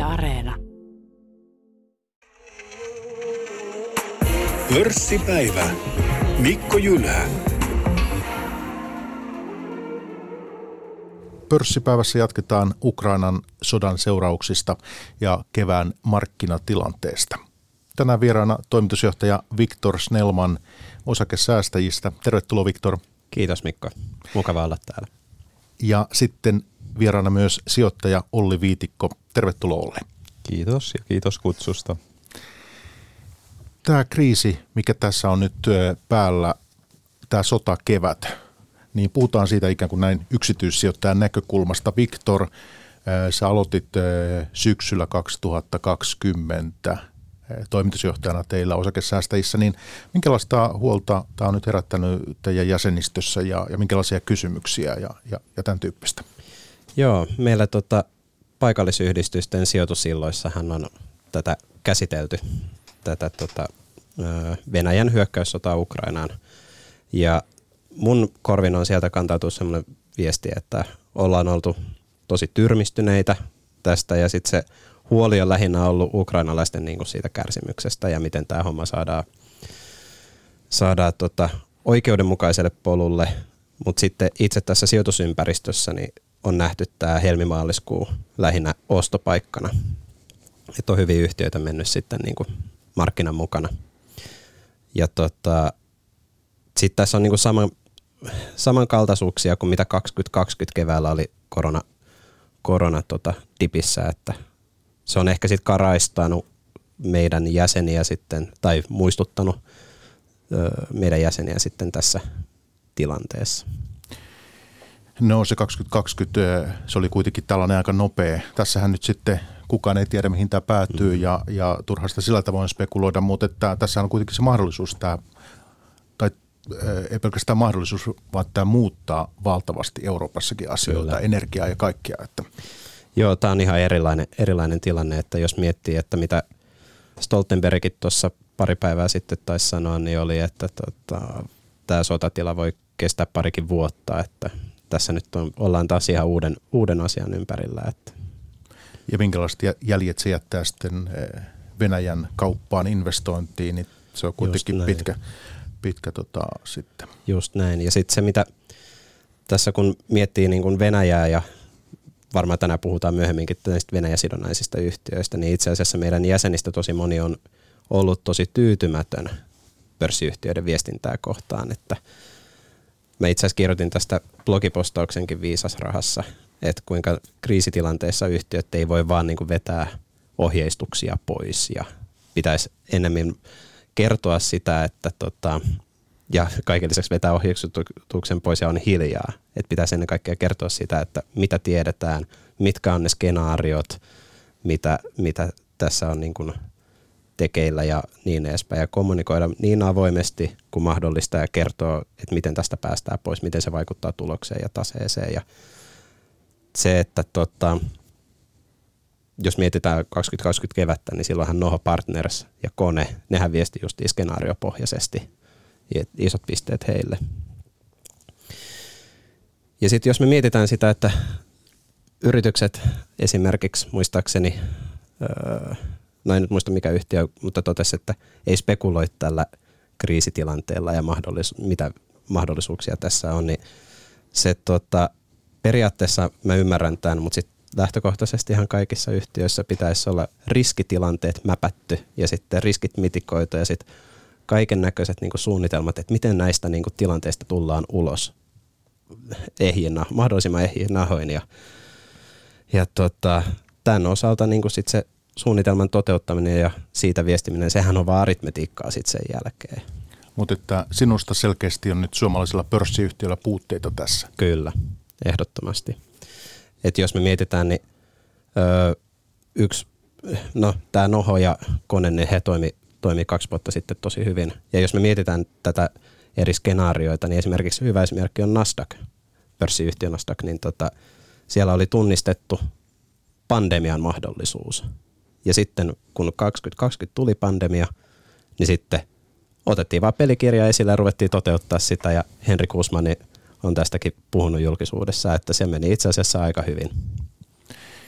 Areena. Pörssipäivä. Mikko Jylhä. Pörssipäivässä jatketaan Ukrainan sodan seurauksista ja kevään markkinatilanteesta. Tänään vieraana toimitusjohtaja Viktor Snellman osakesäästäjistä. Tervetuloa, Viktor. Kiitos, Mikko. Mukava olla täällä. Ja sitten vieraana myös sijoittaja Olli Viitikko. Tervetuloa, Olli. Kiitos ja kiitos kutsusta. Tämä kriisi, mikä tässä on nyt päällä, tämä sotakevät, niin puhutaan siitä ikään kuin näin yksityissijoittajan näkökulmasta. Viktor, sä aloitit syksyllä 2020 toimitusjohtajana teillä osakesäästäjissä, niin minkälaista huolta tämä on nyt herättänyt teidän jäsenistössä ja minkälaisia kysymyksiä ja tämän tyyppistä? Joo, meillä paikallisyhdistysten sijoitusilloissahan on tätä käsitelty, tätä Venäjän hyökkäyssotaa Ukrainaan. Ja mun korvin on sieltä kantautunut semmoinen viesti, että ollaan oltu tosi tyrmistyneitä tästä ja sitten se huoli on lähinnä ollut ukrainalaisten niin kuin siitä kärsimyksestä ja miten tämä homma saadaan oikeudenmukaiselle polulle. Mutta sitten itse tässä sijoitusympäristössä niin on nähty tämä helmimaaliskuu lähinnä ostopaikkana. Että on hyviä yhtiöitä mennyt sitten niin kuin markkinan mukana. Ja sitten tässä on niin kuin samankaltaisuuksia kuin mitä 2020 keväällä oli korona dipissä, että se on ehkä sitten karaistanut meidän jäseniä sitten, tai muistuttanut meidän jäseniä sitten tässä tilanteessa. No se 2020, se oli kuitenkin tällainen aika nopea. Tässähän nyt sitten kukaan ei tiedä, mihin tämä päätyy ja turha sitä sillä tavoin spekuloida, mutta että tässä on kuitenkin se mahdollisuus, tai ei pelkästään mahdollisuus, vaan tämä muuttaa valtavasti Euroopassakin asioita, kyllä, energiaa ja kaikkea. Että. Joo, tämä on ihan erilainen tilanne, että jos miettii, että mitä Stoltenbergkin tuossa pari päivää sitten taisi sanoa, niin oli, että tämä sotatila voi kestää parikin vuotta, että tässä nyt ollaan taas ihan uuden asian ympärillä. Että. Ja minkälaiset jäljet se jättää sitten Venäjän kauppaan, investointiin, niin se on kuitenkin pitkä sitten. Just näin. Ja sitten se, mitä tässä kun miettii niin kuin Venäjää ja varmaan tänään puhutaan myöhemminkin näistä Venäjä-sidonnaisista yhtiöistä, niin itse asiassa meidän jäsenistä tosi moni on ollut tosi tyytymätön pörssiyhtiöiden viestintää kohtaan, että mä itse asiassa kirjoitin tästä blogipostauksenkin Viisasrahassa, että kuinka kriisitilanteessa yhtiöt ei voi vaan niin kuin vetää ohjeistuksia pois ja pitäisi enemmän kertoa sitä, että ja kaiken lisäksi vetää ohjeistuksen pois ja on hiljaa. Että pitäisi ennen kaikkea kertoa sitä, että mitä tiedetään, mitkä on ne skenaariot, mitä tässä on niin kuin tekeillä ja niin edespäin. Ja kommunikoida niin avoimesti kuin mahdollista ja kertoa, että miten tästä päästään pois, miten se vaikuttaa tulokseen ja taseeseen. Ja se, että jos mietitään 2020 kevättä, niin silloinhan Noho Partners ja Kone, nehän viesti justiin skenaariopohjaisesti. Isot pisteet heille. Ja sitten jos me mietitään sitä, että yritykset esimerkiksi muistaakseni, no en nyt muista mikä yhtiö, mutta totesi, että ei spekuloi tällä kriisitilanteella ja mitä mahdollisuuksia tässä on, niin se periaatteessa mä ymmärrän tämän, mutta sitten lähtökohtaisesti ihan kaikissa yhtiöissä pitäisi olla riskitilanteet mäpätty ja sitten riskit mitikoitu ja sitten kaiken näköiset niin kuin suunnitelmat, että miten näistä niin kuin tilanteista tullaan ulos mahdollisimman ehjin nahoin. Ja tämän osalta niin kuin sit se suunnitelman toteuttaminen ja siitä viestiminen, sehän on vaan aritmetiikkaa sitten sen jälkeen. Mutta että sinusta selkeästi on nyt suomalaisilla pörssiyhtiöillä puutteita tässä. Kyllä, ehdottomasti. Et jos me mietitään, niin tämä Noho ja Kone, niin he toimii 2 vuotta sitten tosi hyvin. Ja jos me mietitään tätä eri skenaarioita, niin esimerkiksi hyvä esimerkki on Nasdaq, pörssiyhtiö Nasdaq, niin siellä oli tunnistettu pandemian mahdollisuus. Ja sitten kun 2020 tuli pandemia, niin sitten otettiin vaan pelikirja esille ja ruvettiin toteuttaa sitä. Ja Henrik Uusmann on tästäkin puhunut julkisuudessa, että se meni itse asiassa aika hyvin.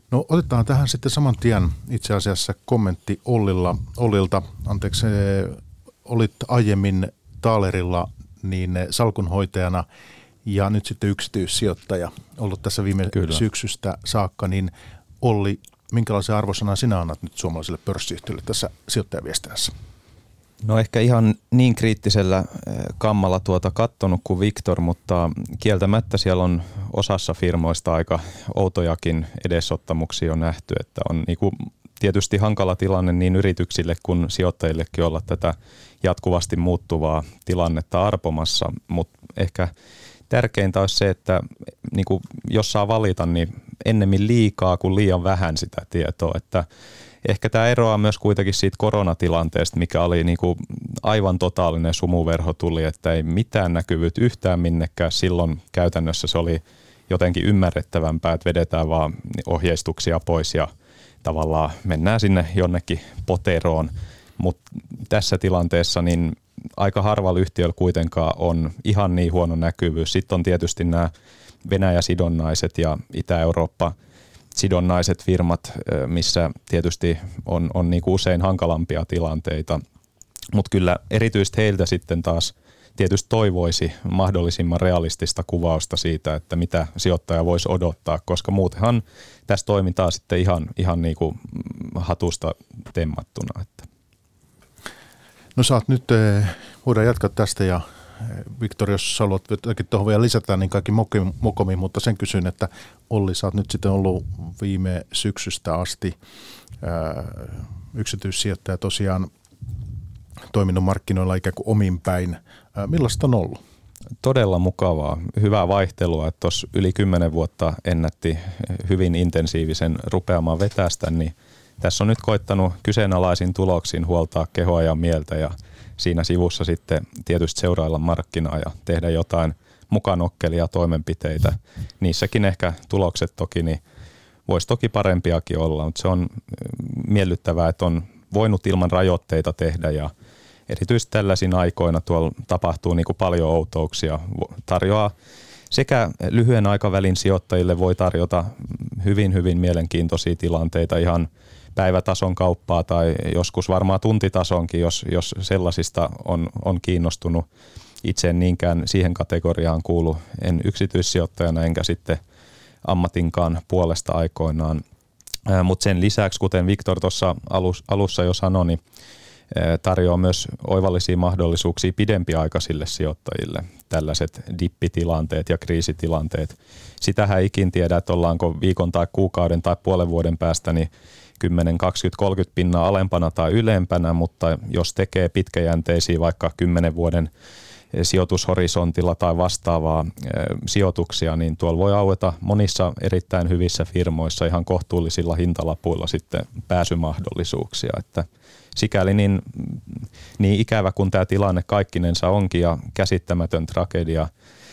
No otetaan tähän sitten saman tien itse asiassa kommentti Ollilta. Anteeksi, olit aiemmin Taalerilla niin salkunhoitajana ja nyt sitten yksityissijoittaja ollut tässä viime syksystä saakka. Niin Olli, minkälaisen arvosanan sinä annat nyt suomalaiselle pörssiyhtiölle tässä sijoittajaviestinnässä? No ehkä ihan niin kriittisellä kammalla kattonut kuin Victor, mutta kieltämättä siellä on osassa firmoista aika outojakin edesottamuksia on nähty, että on niinku tietysti hankala tilanne niin yrityksille kuin sijoittajillekin olla tätä jatkuvasti muuttuvaa tilannetta arpomassa, mutta ehkä tärkeintä olisi se, että niinku, jos saa valita, niin ennemmin liikaa kuin liian vähän sitä tietoa, että ehkä tämä eroaa myös kuitenkin siitä koronatilanteesta, mikä oli niinku aivan totaalinen sumuverho tuli, että ei mitään näkyvyyttä yhtään minnekään. Silloin käytännössä se oli jotenkin ymmärrettävämpää, että vedetään vaan ohjeistuksia pois ja tavallaan mennään sinne jonnekin poteroon. Mutta tässä tilanteessa niin aika harvalla yhtiöllä kuitenkaan on ihan niin huono näkyvyys. Sitten on tietysti nämä Venäjä-sidonnaiset ja Itä-Eurooppa-sidonnaiset firmat, missä tietysti on niinku usein hankalampia tilanteita. Mutta kyllä erityisesti heiltä sitten taas tietysti toivoisi mahdollisimman realistista kuvausta siitä, että mitä sijoittaja voisi odottaa, koska muutenhan tässä toimitaan sitten ihan niinku hatusta temmattuna. No saat nyt, voidaan jatkaa tästä ja Victor, jos haluat jotakin tuohon vielä lisätä, niin kaikki mokomi, mutta sen kysyn, että Olli, sä oot nyt sitten ollut viime syksystä asti yksityissijoittaja tosiaan toiminut markkinoilla ikään kuin omin päin. Millaista on ollut? Todella mukavaa, hyvää vaihtelua, että tuossa yli 10 vuotta ennätti hyvin intensiivisen rupeamaan vetästä, niin tässä on nyt koittanut kyseenalaisin tuloksin huoltaa kehoa ja mieltä ja siinä sivussa sitten tietysti seurailla markkinaa ja tehdä jotain mukanokkelia toimenpiteitä. Niissäkin ehkä tulokset toki, niin voisi toki parempiakin olla, mutta se on miellyttävää, että on voinut ilman rajoitteita tehdä ja erityisesti tällaisina aikoina tuolla tapahtuu niin kuin paljon outouksia. Tarjoaa sekä lyhyen aikavälin sijoittajille voi tarjota hyvin mielenkiintoisia tilanteita ihan päivätason kauppaa tai joskus varmaan tuntitasonkin, jos sellaisista on kiinnostunut. Itse en niinkään siihen kategoriaan kuulu, en yksityissijoittajana enkä sitten ammatinkaan puolesta aikoinaan. Mutta sen lisäksi, kuten Victor tuossa alussa jo sanoi, niin tarjoaa myös oivallisia mahdollisuuksia pidempiaikaisille sijoittajille, tällaiset dippitilanteet ja kriisitilanteet. Sitähän ei ikin tiedä, että ollaanko viikon tai kuukauden tai puolen vuoden päästä niin 10, 20, 30 pinnaa alempana tai ylempänä, mutta jos tekee pitkäjänteisiä vaikka 10 vuoden sijoitushorisontilla tai vastaavaa sijoituksia, niin tuolla voi aueta monissa erittäin hyvissä firmoissa ihan kohtuullisilla hintalapuilla sitten pääsymahdollisuuksia, että sikäli niin ikävä kuin tämä tilanne kaikkinensa onkin ja käsittämätön tragedia,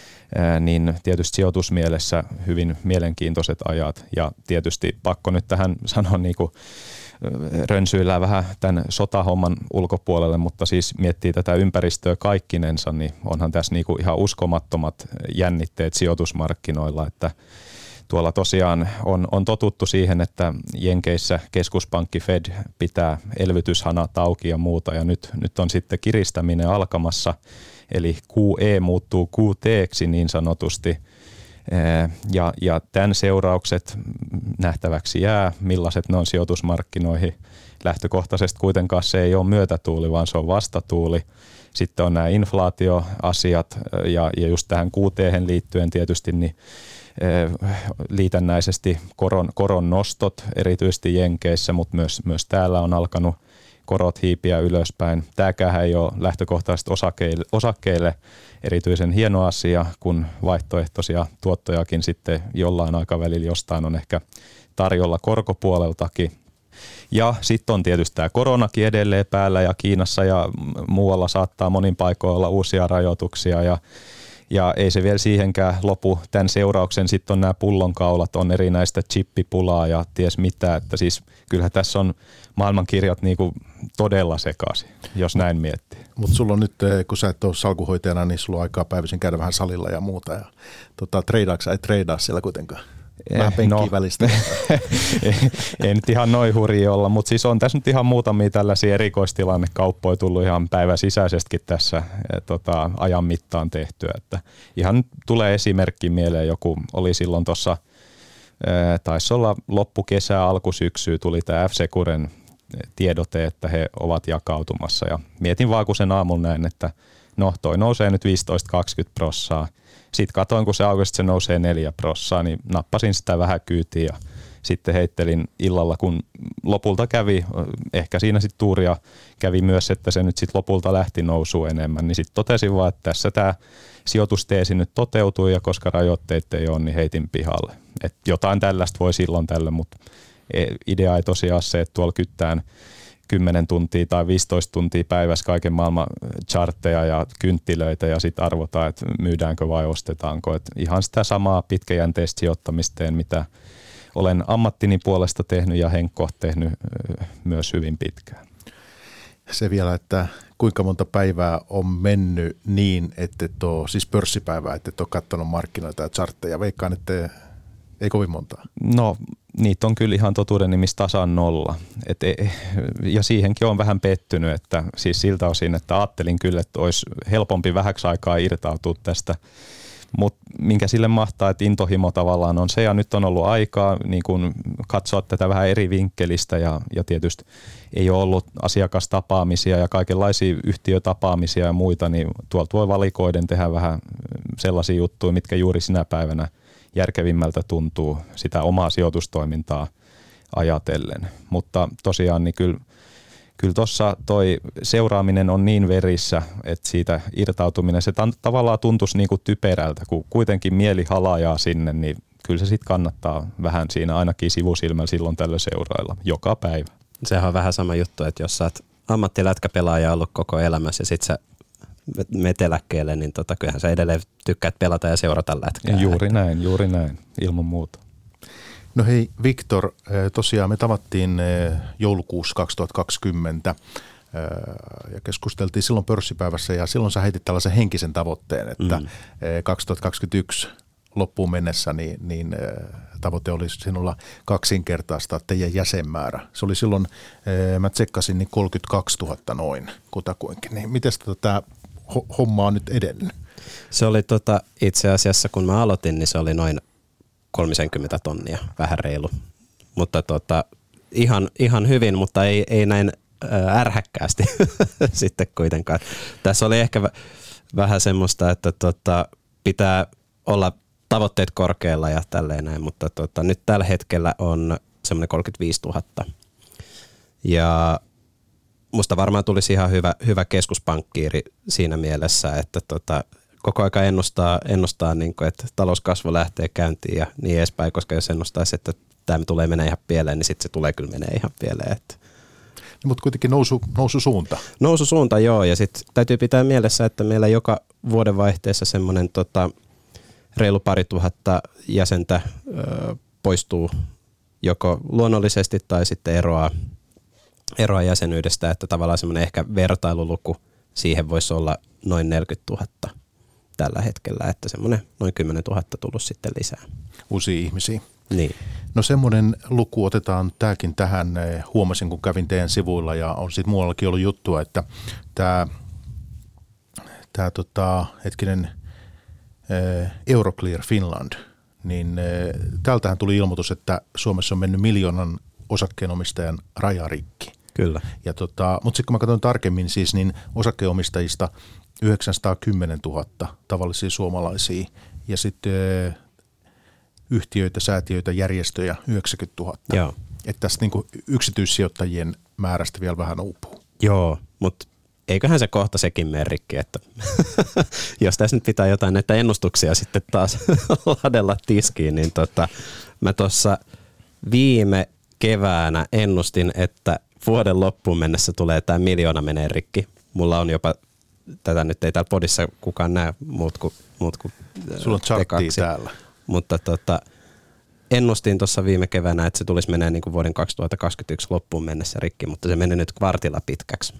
niin tietysti sijoitusmielessä hyvin mielenkiintoiset ajat ja tietysti pakko nyt tähän sanoa niin kuin rönsyillään vähän tämän sotahomman ulkopuolelle, mutta siis miettii tätä ympäristöä kaikkinensa, niin onhan tässä niin kuin ihan uskomattomat jännitteet sijoitusmarkkinoilla, että tuolla tosiaan on totuttu siihen, että Jenkeissä keskuspankki Fed pitää elvytyshanat auki ja muuta ja nyt on sitten kiristäminen alkamassa, eli QE muuttuu QT:ksi niin sanotusti ja tämän seuraukset nähtäväksi jää, millaiset ne on sijoitusmarkkinoihin. Lähtökohtaisesti kuitenkaan se ei ole myötätuuli, vaan se on vastatuuli. Sitten on nämä inflaatioasiat ja just tähän QT:hen liittyen tietysti niin liitännäisesti koron nostot, erityisesti Jenkeissä, mutta myös täällä on alkanut korot hiipiä ylöspäin. Tämäkään ei ole lähtökohtaisesti osakkeille erityisen hieno asia, kun vaihtoehtoisia tuottojakin sitten jollain aikavälillä jostain on ehkä tarjolla korkopuoleltakin. Ja sitten on tietysti tämä koronakin edelleen päällä ja Kiinassa ja muualla saattaa monin paikoin olla uusia rajoituksia ja ei se vielä siihenkään lopu. Tämän seurauksen sitten on nämä pullonkaulat, on erinäistä chippipulaa ja ties mitä, että siis kyllähän tässä on maailmankirjat niinku todella sekaisin, jos näin miettii. Mutta sulla on nyt, kun sä et ole salkuhoitajana, niin sulla on aikaa päivisin käydä vähän salilla ja muuta. Ja treidaatko sä, et treidaa siellä kuitenkaan? Vähän penkkiä välistä. Ei nyt ihan noin hurjia olla, mutta siis on tässä nyt ihan muutamia tällaisia erikoistilannekauppoja tullut ihan päivän sisäisestikin tässä ajan mittaan tehtyä. Että ihan tulee esimerkki mieleen, joku oli silloin tuossa, taisi olla loppukesää, alkusyksyä, tuli tämä F-Securen tiedote, että he ovat jakautumassa ja mietin vaan kun sen aamun näin, että no toi nousee nyt 15-20%. Sitten katoin, kun se aukesi, että se nousee 4%, niin nappasin sitä vähän kyytiin ja sitten heittelin illalla, kun lopulta kävi, ehkä siinä sitten tuuria kävi myös, että se nyt sitten lopulta lähti nousuun enemmän, niin sitten totesin vaan, että tässä tämä sijoitusteesi nyt toteutui ja koska rajoitteet ei ole, niin heitin pihalle. Et jotain tällaista voi silloin tällöin, mutta idea ei tosiaan se, että tuolla kyttään 10 tuntia tai 15 tuntia päivässä kaiken maailman chartteja ja kynttilöitä ja sitten arvotaan, että myydäänkö vai ostetaanko. Et ihan sitä samaa pitkäjänteistä sijoittamista, mitä olen ammattini puolesta tehnyt ja Henkko tehnyt myös hyvin pitkään. Se vielä, että kuinka monta päivää on mennyt niin, että siis pörssipäivää, että et ole katsonut markkinoita ja chartteja. Veikkaan, että ei kovin montaa. No niitä on kyllä ihan totuuden nimissä tasan 0. Ja siihenkin on vähän pettynyt, että siis siltä osin, että ajattelin kyllä, että olisi helpompi vähäksi aikaa irtautua tästä. Mutta minkä sille mahtaa, että intohimo tavallaan on se, ja nyt on ollut aikaa niin kun katsoa tätä vähän eri vinkkelistä, ja tietysti ei ole ollut asiakastapaamisia ja kaikenlaisia yhtiötapaamisia ja muita, niin tuolta voi valikoiden tehdä vähän sellaisia juttuja, mitkä juuri sinä päivänä järkevimmältä tuntuu sitä omaa sijoitustoimintaa ajatellen. Mutta tosiaan niin kyllä tuossa toi seuraaminen on niin verissä, että siitä irtautuminen, se tavallaan tuntuisi niin kuin typerältä, kun kuitenkin mieli halajaa sinne, niin kyllä se sitten kannattaa vähän siinä ainakin sivusilmällä silloin tällöin seurailla joka päivä. Sehän on vähän sama juttu, että jos sä oot ammattilätkäpelaaja ollut koko elämässä ja sit sä menet eläkkeelle, niin kyllähän sä edelleen tykkäät pelata ja seurata lätkää. Juuri näin, ilman muuta. No hei Viktor, tosiaan me tavattiin joulukuussa 2020 ja keskusteltiin silloin pörssipäivässä ja silloin sä heitit tällaisen henkisen tavoitteen, että 2021 loppuun mennessä niin tavoite oli sinulla kaksinkertaista teidän jäsenmäärä. Se oli silloin, mä tsekkasin, niin 32 000 noin kutakuinkin. Niin miten tämä homma on nyt edennyt? Se oli itse asiassa, kun mä aloitin, niin se oli noin 30 tonnia, vähän reilu. Mutta ihan hyvin, mutta ei näin ärhäkkäästi sitten kuitenkaan. Tässä oli ehkä vähän semmoista, että pitää olla tavoitteet korkealla ja tälleen näin, mutta nyt tällä hetkellä on semmoinen 35 000. Ja musta varmaan tulisi ihan hyvä keskuspankkiiri siinä mielessä, että koko aika ennustaa niin kuin, että talouskasvu lähtee käyntiin ja niin edespäin, koska jos ennustaisi, että tämä tulee menee ihan pieleen, niin sitten se tulee kyllä menee ihan pieleen. Että. No, mutta kuitenkin noususuunta. Noususuunta, joo, ja sitten täytyy pitää mielessä, että meillä joka vuodenvaihteessa semmoinen reilu 2000 jäsentä poistuu joko luonnollisesti tai sitten eroa jäsenyydestä, että tavallaan semmoinen ehkä vertailuluku siihen voisi olla noin 40 000 tällä hetkellä, että semmoinen noin 10 000 tullut sitten lisää. Uusia ihmisiä. Niin. No semmoinen luku otetaan tämäkin tähän, huomasin kun kävin teidän sivuilla ja on sitten muuallakin ollut juttua, että tämä Euroclear Finland, niin täältähän tuli ilmoitus, että Suomessa on mennyt 1 miljoonan osakkeenomistajan rajarikki. Kyllä. Ja mutta sitten kun mä katson tarkemmin siis, niin osakkeenomistajista 910 000 tavallisia suomalaisia ja sitten yhtiöitä, säätiöitä, järjestöjä 90 000. Joo. Että tästä niin kuin yksityissijoittajien määrästä vielä vähän uupuu. Joo, mutta eiköhän se kohta sekin mene rikki, että jos tässä nyt pitää jotain näitä ennustuksia sitten taas ladella tiskiin, niin mä tuossa viime keväänä ennustin, että vuoden loppuun mennessä tulee tämä 1 miljoona menee rikki. Mulla on jopa, tätä nyt ei täällä podissa kukaan näe muut kuin sulla on charttia täällä. Mutta ennustin tuossa viime keväänä, että se tulisi menee niin kuin vuoden 2021 loppuun mennessä rikki, mutta se meni nyt kvartilla pitkäksi.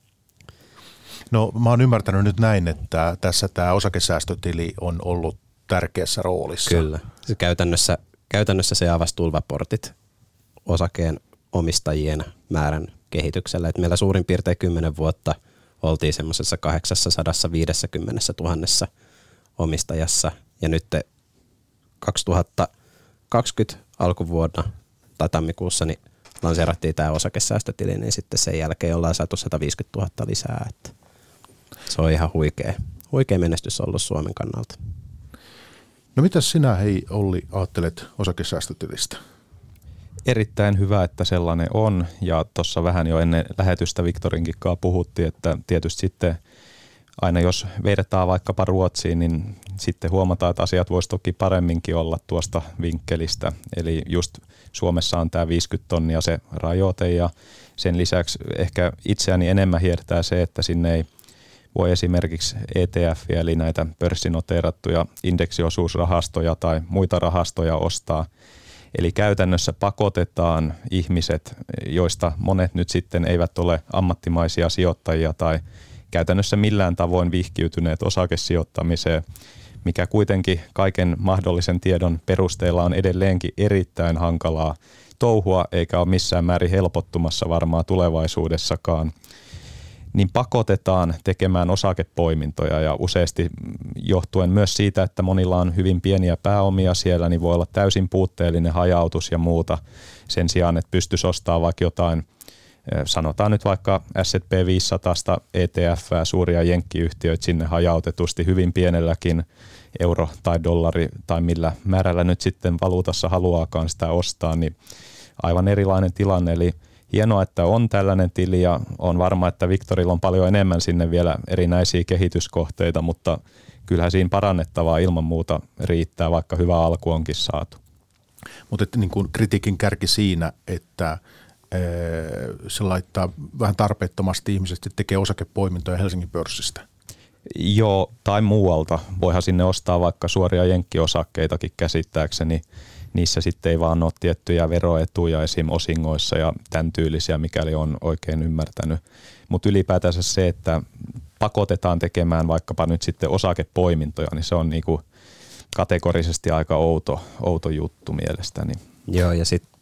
No mä oon ymmärtänyt nyt näin, että tässä tämä osakesäästötili on ollut tärkeässä roolissa. Kyllä. Se käytännössä se avasi tulvaportit osakeen omistajien määrän kehityksellä. Et meillä suurin piirtein 10 vuotta oltiin semmoisessa 850 000 omistajassa ja nyt 2020 alkuvuonna tai tammikuussa niin lanseerattiin tämä osakesäästötili, niin sitten sen jälkeen ollaan saatu 150 000 lisää. Että se on ihan huikea menestys ollut Suomen kannalta. No mitäs sinä, hei Olli, ajattelet osakesäästötilistä? Erittäin hyvä, että sellainen on, ja tuossa vähän jo ennen lähetystä Viktorinkin kanssa puhuttiin, että tietysti sitten aina jos vedetään vaikkapa Ruotsiin, niin sitten huomataan, että asiat voisi toki paremminkin olla tuosta vinkkelistä. Eli just Suomessa on tämä 50 tonnia se rajoite, ja sen lisäksi ehkä itseäni enemmän hiertää se, että sinne ei voi esimerkiksi ETF, eli näitä pörssinoteerattuja indeksiosuusrahastoja tai muita rahastoja ostaa. Eli käytännössä pakotetaan ihmiset, joista monet nyt sitten eivät ole ammattimaisia sijoittajia tai käytännössä millään tavoin vihkiytyneet osakesijoittamiseen, mikä kuitenkin kaiken mahdollisen tiedon perusteella on edelleenkin erittäin hankalaa touhua, eikä ole missään määrin helpottumassa varmaan tulevaisuudessakaan, niin pakotetaan tekemään osakepoimintoja ja useasti johtuen myös siitä, että monilla on hyvin pieniä pääomia siellä, niin voi olla täysin puutteellinen hajautus ja muuta sen sijaan, että pystyisi ostamaan vaikka jotain, sanotaan nyt vaikka S&P 500 ETF, suuria jenkkiyhtiöitä sinne hajautetusti hyvin pienelläkin euro tai dollari tai millä määrällä nyt sitten valuutassa haluaakaan sitä ostaa, niin aivan erilainen tilanne. Eli hienoa, että on tällainen tili ja on varma, että Viktorilla on paljon enemmän sinne vielä erinäisiä kehityskohteita, mutta kyllähän siinä parannettavaa ilman muuta riittää, vaikka hyvä alku onkin saatu. Mutta niin kuin kritiikin kärki siinä, että se laittaa vähän tarpeettomasti ihmiset tekee osakepoimintoja Helsingin pörssistä. Joo, tai muualta. Voihan sinne ostaa vaikka suoria jenkkiosakkeitakin käsittääkseni. Niissä sitten ei vaan ole tiettyjä veroetuja esim. Osingoissa ja tämän tyylisiä, mikäli on oikein ymmärtänyt. Mutta ylipäätänsä se, että pakotetaan tekemään vaikkapa nyt sitten osakepoimintoja, niin se on niinku kategorisesti aika outo juttu mielestäni. Joo, ja sitten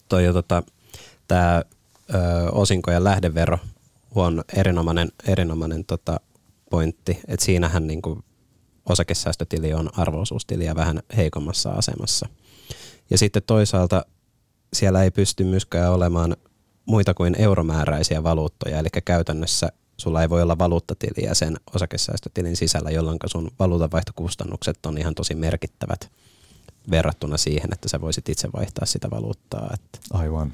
tämä osinkojen lähdevero on erinomainen pointti, että siinähän niinku osakesäästötili on arvo-osuustiliä vähän heikommassa asemassa. Ja sitten toisaalta siellä ei pysty myöskään olemaan muita kuin euromääräisiä valuuttoja, eli käytännössä sulla ei voi olla valuuttatiliä sen osakesäästötilin sisällä, jolloin sun valuutanvaihtokustannukset on ihan tosi merkittävät verrattuna siihen, että sä voisit itse vaihtaa sitä valuuttaa. Aivan.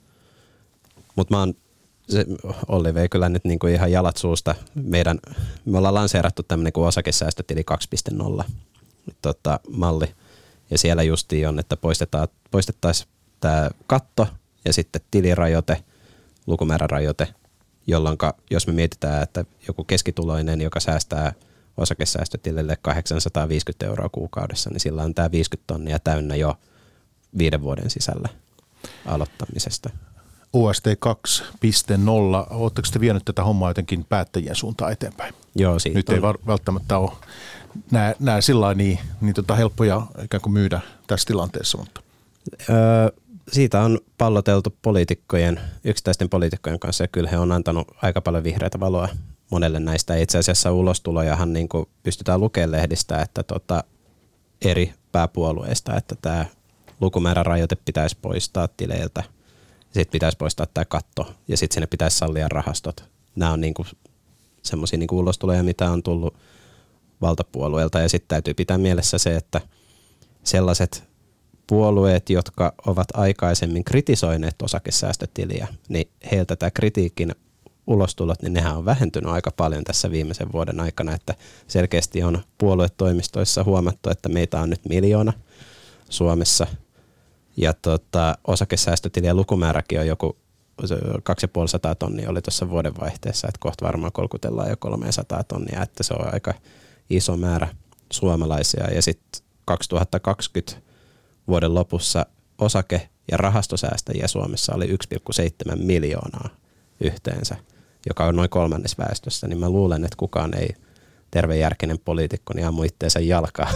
Mutta Olli vei kyllä nyt niinku ihan jalat suusta. Me ollaan lanseerattu tämmöinen kuin osakesäästötili 2.0 malli. Ja siellä justiin on, että poistettaisiin tämä katto ja sitten tilirajoite, lukumäärärajoite, jolloin jos me mietitään, että joku keskituloinen, joka säästää osakesäästötilille 850 € kuukaudessa, niin sillä on tämä 50 tonnia täynnä jo 5 vuoden sisällä aloittamisesta. OST 2.0, oletteko te vienyt tätä hommaa jotenkin päättäjien suuntaan eteenpäin? Joo, siitä nyt ei välttämättä ole nämä sillä niin helppoja ikään kuin myydä tässä tilanteessa, mutta siitä on palloteltu yksittäisten poliitikkojen kanssa ja kyllä he on antanut aika paljon vihreätä valoa monelle näistä. Itse asiassa ulostulojahan niin kuin pystytään lukemaan lehdistä, että eri pääpuolueista, että tämä lukumäärärajoite pitäisi poistaa tileiltä. Sitten pitäisi poistaa tämä katto ja sitten sinne pitäisi sallia rahastot. Nämä on niinku semmoisia niinku ulostuloja, mitä on tullut valtapuolueelta. Ja sitten täytyy pitää mielessä se, että sellaiset puolueet, jotka ovat aikaisemmin kritisoineet osakesäästötiliä, niin heiltä tämä kritiikin ulostulot, niin nehän on vähentynyt aika paljon tässä viimeisen vuoden aikana. Että selkeästi on puoluetoimistoissa huomattu, että meitä on nyt 1 miljoona Suomessa. Ja osakesäästötilien lukumääräkin on joku 250 tonnia oli tuossa vuodenvaihteessa, että kohta varmaan kolkutellaan jo 300 tonnia, että se on aika iso määrä suomalaisia. Ja sitten 2020 vuoden lopussa osake- ja rahastosäästäjiä Suomessa oli 1,7 miljoonaa yhteensä, joka on noin 1/3 väestöstä, niin mä luulen, että kukaan ei tervejärkinen poliitikko, niin ammu itteensä jalkaa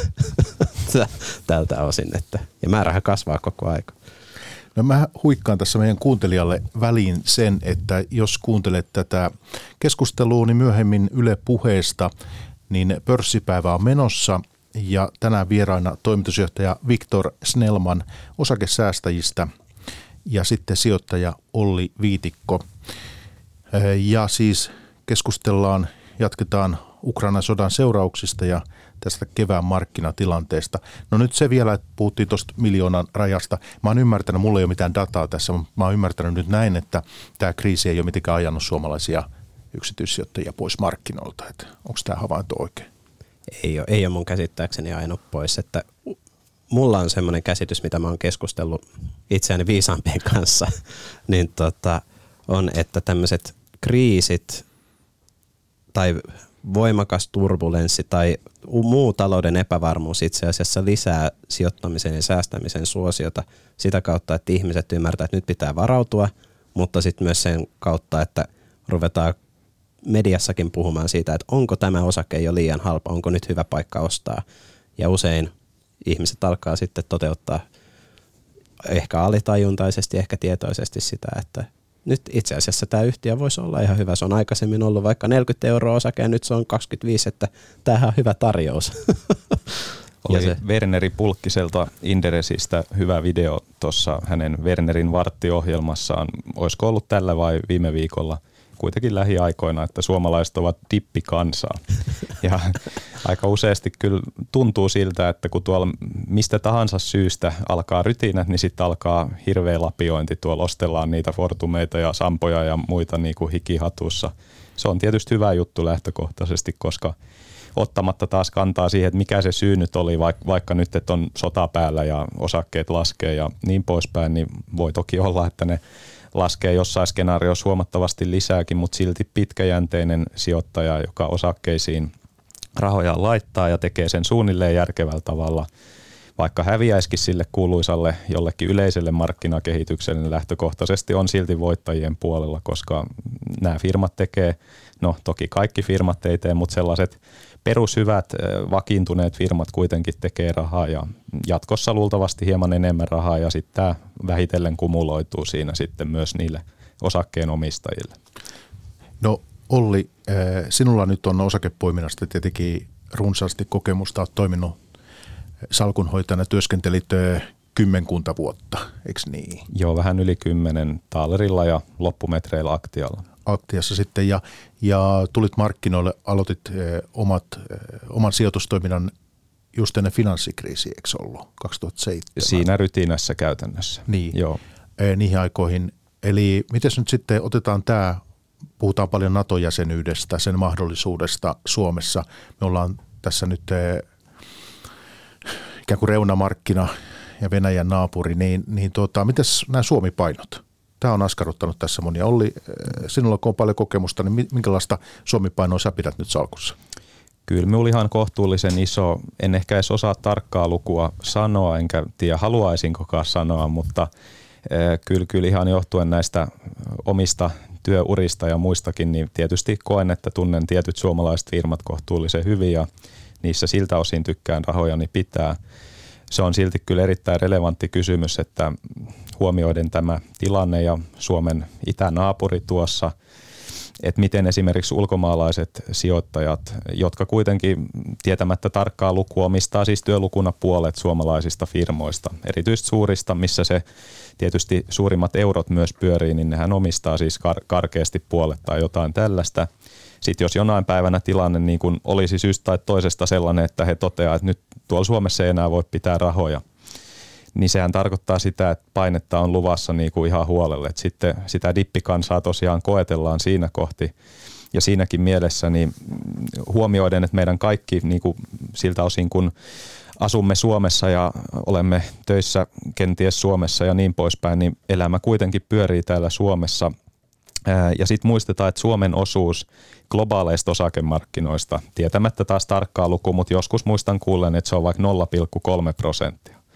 tältä osin. Ja määrähän kasvaa koko aika. No mä huikkaan tässä meidän kuuntelijalle väliin sen, että jos kuuntelet tätä keskustelua, niin myöhemmin Yle Puheesta, niin pörssipäivä on menossa ja tänään vieraina toimitusjohtaja Viktor Snellman osakesäästäjistä ja sitten sijoittaja Olli Viitikko. Ja siis jatketaan Ukrainan sodan seurauksista ja tästä kevään markkinatilanteesta. No nyt se vielä, että puhuttiin tuosta miljoonan rajasta. Mä oon ymmärtänyt, mulla ei ole mitään dataa tässä, mutta mä oon ymmärtänyt nyt näin, että tämä kriisi ei ole mitenkään ajanut suomalaisia yksityissijoittajia pois markkinoilta. Onko tämä havainto oikein? Ei ole mun käsittääkseni ajanut pois. Että mulla on semmoinen käsitys, mitä mä oon keskustellut itseäni viisaampien kanssa, niin on, että tämmöiset kriisit tai voimakas turbulenssi tai muu talouden epävarmuus itse asiassa lisää sijoittamisen ja säästämisen suosiota sitä kautta, että ihmiset ymmärtää, että nyt pitää varautua, mutta sitten myös sen kautta, että ruvetaan mediassakin puhumaan siitä, että onko tämä osake jo liian halpa, onko nyt hyvä paikka ostaa. Ja usein ihmiset alkaa sitten toteuttaa ehkä alitajuntaisesti, ehkä tietoisesti sitä, että nyt itse asiassa tämä yhtiö voisi olla ihan hyvä. Se on aikaisemmin ollut vaikka 40 € osake ja nyt se on 25, että tämähän on hyvä tarjous. Oli Werneri Pulkkiselta Inderesistä hyvä video tuossa hänen Wernerin varttiohjelmassaan. Olisiko ollut tällä vai viime viikolla? Kuitenkin lähiaikoina, että suomalaiset ovat dippikansaa. Ja aika useasti kyllä tuntuu siltä, että kun tuolla mistä tahansa syystä alkaa rytinät, niin sitten alkaa hirveä lapiointi. Tuolla ostellaan niitä Fortumeita ja Sampoja ja muita niin kuin hikihatussa. Se on tietysti hyvä juttu lähtökohtaisesti, koska ottamatta taas kantaa siihen, että mikä se syy nyt oli, vaikka nyt että on sota päällä ja osakkeet laskee ja niin poispäin, niin voi toki olla, että ne laskee jossain skenaariossa huomattavasti lisääkin, mutta silti pitkäjänteinen sijoittaja, joka osakkeisiin rahojaan laittaa ja tekee sen suunnilleen järkevällä tavalla, vaikka häviäisikin sille kuuluisalle jollekin yleiselle markkinakehitykselle, niin lähtökohtaisesti on silti voittajien puolella, koska nämä firmat tekee, no toki kaikki firmat ei tee, mutta sellaiset perushyvät, vakiintuneet firmat kuitenkin tekee rahaa ja jatkossa luultavasti hieman enemmän rahaa ja sitten tämä vähitellen kumuloituu siinä sitten myös niille osakkeenomistajille. No Olli, sinulla nyt on osakepoiminnasta tietenkin runsaasti kokemusta, olet toiminut salkunhoitajana, työskentelit kymmenkunta vuotta, eikö niin? Joo, vähän yli 10 Taalerilla ja loppumetreillä Aktialla. Aktiassa sitten ja tulit markkinoille, aloitit oman sijoitustoiminnan just ennen finanssikriisiä, eikö ollut 2007? Siinä rytinässä käytännössä. Niin, joo. Niihin aikoihin. Eli miten nyt sitten otetaan tämä, puhutaan paljon NATO-jäsenyydestä, sen mahdollisuudesta Suomessa. Me ollaan tässä nyt ikään kuin reunamarkkina ja Venäjän naapuri, niin mitäs nämä Suomi-painot? Tämä on askarruttanut tässä monia. Olli, sinulla kun on paljon kokemusta, niin minkälaista Suomi-painoa sä pidät nyt salkussa? Kyllä minulla ihan kohtuullisen iso, en ehkä edes osaa tarkkaa lukua sanoa, enkä tiedä haluaisinkokaan sanoa, mutta kyllä ihan johtuen näistä omista työurista ja muistakin, niin tietysti koen, että tunnen tietyt suomalaiset firmat kohtuullisen hyvin ja niissä siltä osin tykkään rahojani pitää. Se on silti kyllä erittäin relevantti kysymys, että huomioiden tämä tilanne ja Suomen itänaapuri tuossa, että miten esimerkiksi ulkomaalaiset sijoittajat, jotka kuitenkin tietämättä tarkkaa lukua omistaa siis työlukuna puolet suomalaisista firmoista, erityisesti suurista, missä se tietysti suurimmat eurot myös pyörii, niin nehän omistaa siis karkeasti puolet tai jotain tällaista. Sitten jos jonain päivänä tilanne niin kun olisi syystä tai toisesta sellainen, että he toteavat, että nyt tuolla Suomessa ei enää voi pitää rahoja, niin sehän tarkoittaa sitä, että painetta on luvassa niin kuin ihan huolelle. Että sitten sitä dippikansaa tosiaan koetellaan siinä kohti. Ja siinäkin mielessä niin huomioiden, että meidän kaikki niin kuin siltä osin, kun asumme Suomessa ja olemme töissä kenties Suomessa ja niin poispäin, niin elämä kuitenkin pyörii täällä Suomessa. Ja sitten muistetaan, että Suomen osuus globaaleista osakemarkkinoista, tietämättä taas tarkkaa lukua, mutta joskus muistan kuulleen, että se on vaikka 0,3%.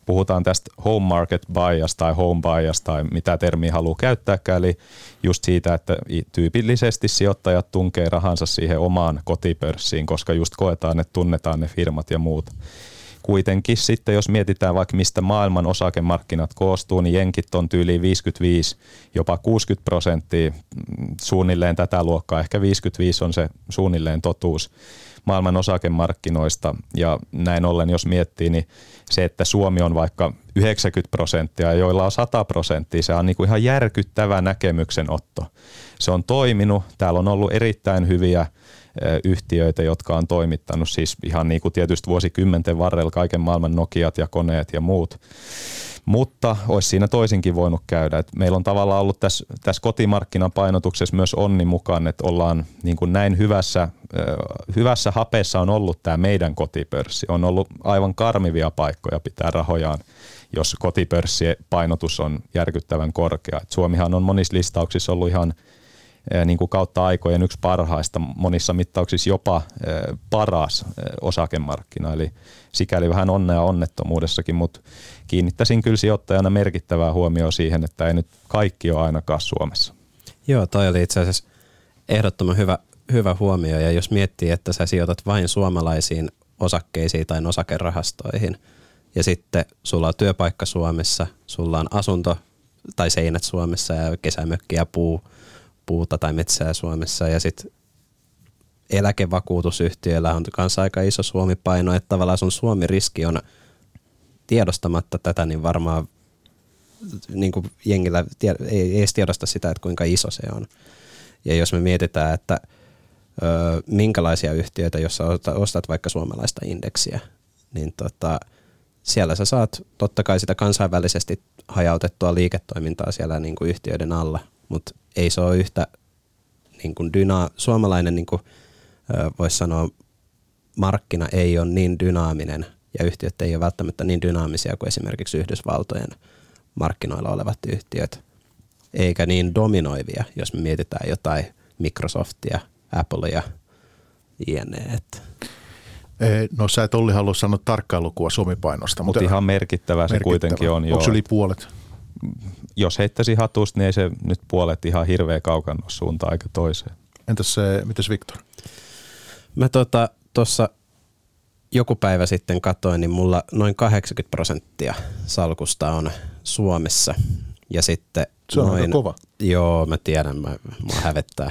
puhutaan tästä home market bias tai home bias tai mitä termiä haluaa käyttääkään, eli just siitä, että tyypillisesti sijoittajat tunkee rahansa siihen omaan kotipörssiin, koska just koetaan, että tunnetaan ne firmat ja muut. Kuitenkin sitten, jos mietitään vaikka mistä maailman osakemarkkinat koostuu, niin jenkit on tyyliin 55, jopa 60% suunnilleen tätä luokkaa, ehkä 55 on se suunnilleen totuus maailman osakemarkkinoista, ja näin ollen jos miettii, niin se, että Suomi on vaikka 90% ja joilla on 100%, se on niin kuin ihan järkyttävä näkemyksenotto. Se on toiminut, täällä on ollut erittäin hyviä yhtiöitä, jotka on toimittanut siis ihan niin kuin tietysti vuosikymmenten varrella kaiken maailman Nokiat ja koneet ja muut. Mutta olisi siinä toisinkin voinut käydä. Et meillä on tavallaan ollut tässä kotimarkkinapainotuksessa myös onni mukaan, että ollaan niin kuin näin hyvässä hapeessa on ollut tämä meidän kotipörssi. On ollut aivan karmivia paikkoja pitää rahojaan, jos kotipörssipainotus on järkyttävän korkea. Et Suomihan on monissa listauksissa ollut ihan niin kuin kautta aikojen yksi parhaista, monissa mittauksissa jopa paras osakemarkkina, eli sikäli vähän onnea onnettomuudessakin, mutta kiinnittäisin kyllä sijoittajana merkittävää huomioon siihen, että ei nyt kaikki ole ainakaan Suomessa. Joo, toi oli itse asiassa ehdottoman hyvä huomio, ja jos miettii, että sä sijoitat vain suomalaisiin osakkeisiin tai osakerahastoihin, ja sitten sulla on työpaikka Suomessa, sulla on asunto tai seinät Suomessa ja kesämökki ja puuta tai metsää Suomessa, ja sitten eläkevakuutusyhtiöillä on kanssa aika iso Suomi-paino, että tavallaan sun Suomi-riski on tiedostamatta tätä, niin varmaan niin kuin jengillä ei edes tiedosta sitä, että kuinka iso se on. Ja jos me mietitään, että minkälaisia yhtiöitä, jos sä ostat vaikka suomalaista indeksiä, niin siellä sä saat totta kai sitä kansainvälisesti hajautettua liiketoimintaa siellä niin kuin yhtiöiden alla, mutta ei se ole yhtä niin kuin suomalainen, niin kuin voisi sanoa, markkina ei ole niin dynaaminen ja yhtiöt ei ole välttämättä niin dynaamisia kuin esimerkiksi Yhdysvaltojen markkinoilla olevat yhtiöt, eikä niin dominoivia, jos me mietitään jotain Microsoftia, Applea, jne. No sä et Olli halua sanoa tarkkaa lukua Suomi-painosta. Mutta ihan merkittävä se kuitenkin on. Onko yli puolet? Jos heittäisi hatusta, niin ei se nyt puolet ihan hirveä kaukana ole suuntaan eikä toiseen. Entäs mitäs Viktor? Mä tuossa joku päivä sitten katsoin, niin mulla noin 80% salkusta on Suomessa. Ja sitten se on aika kova. Joo, mä tiedän, mua hävettää.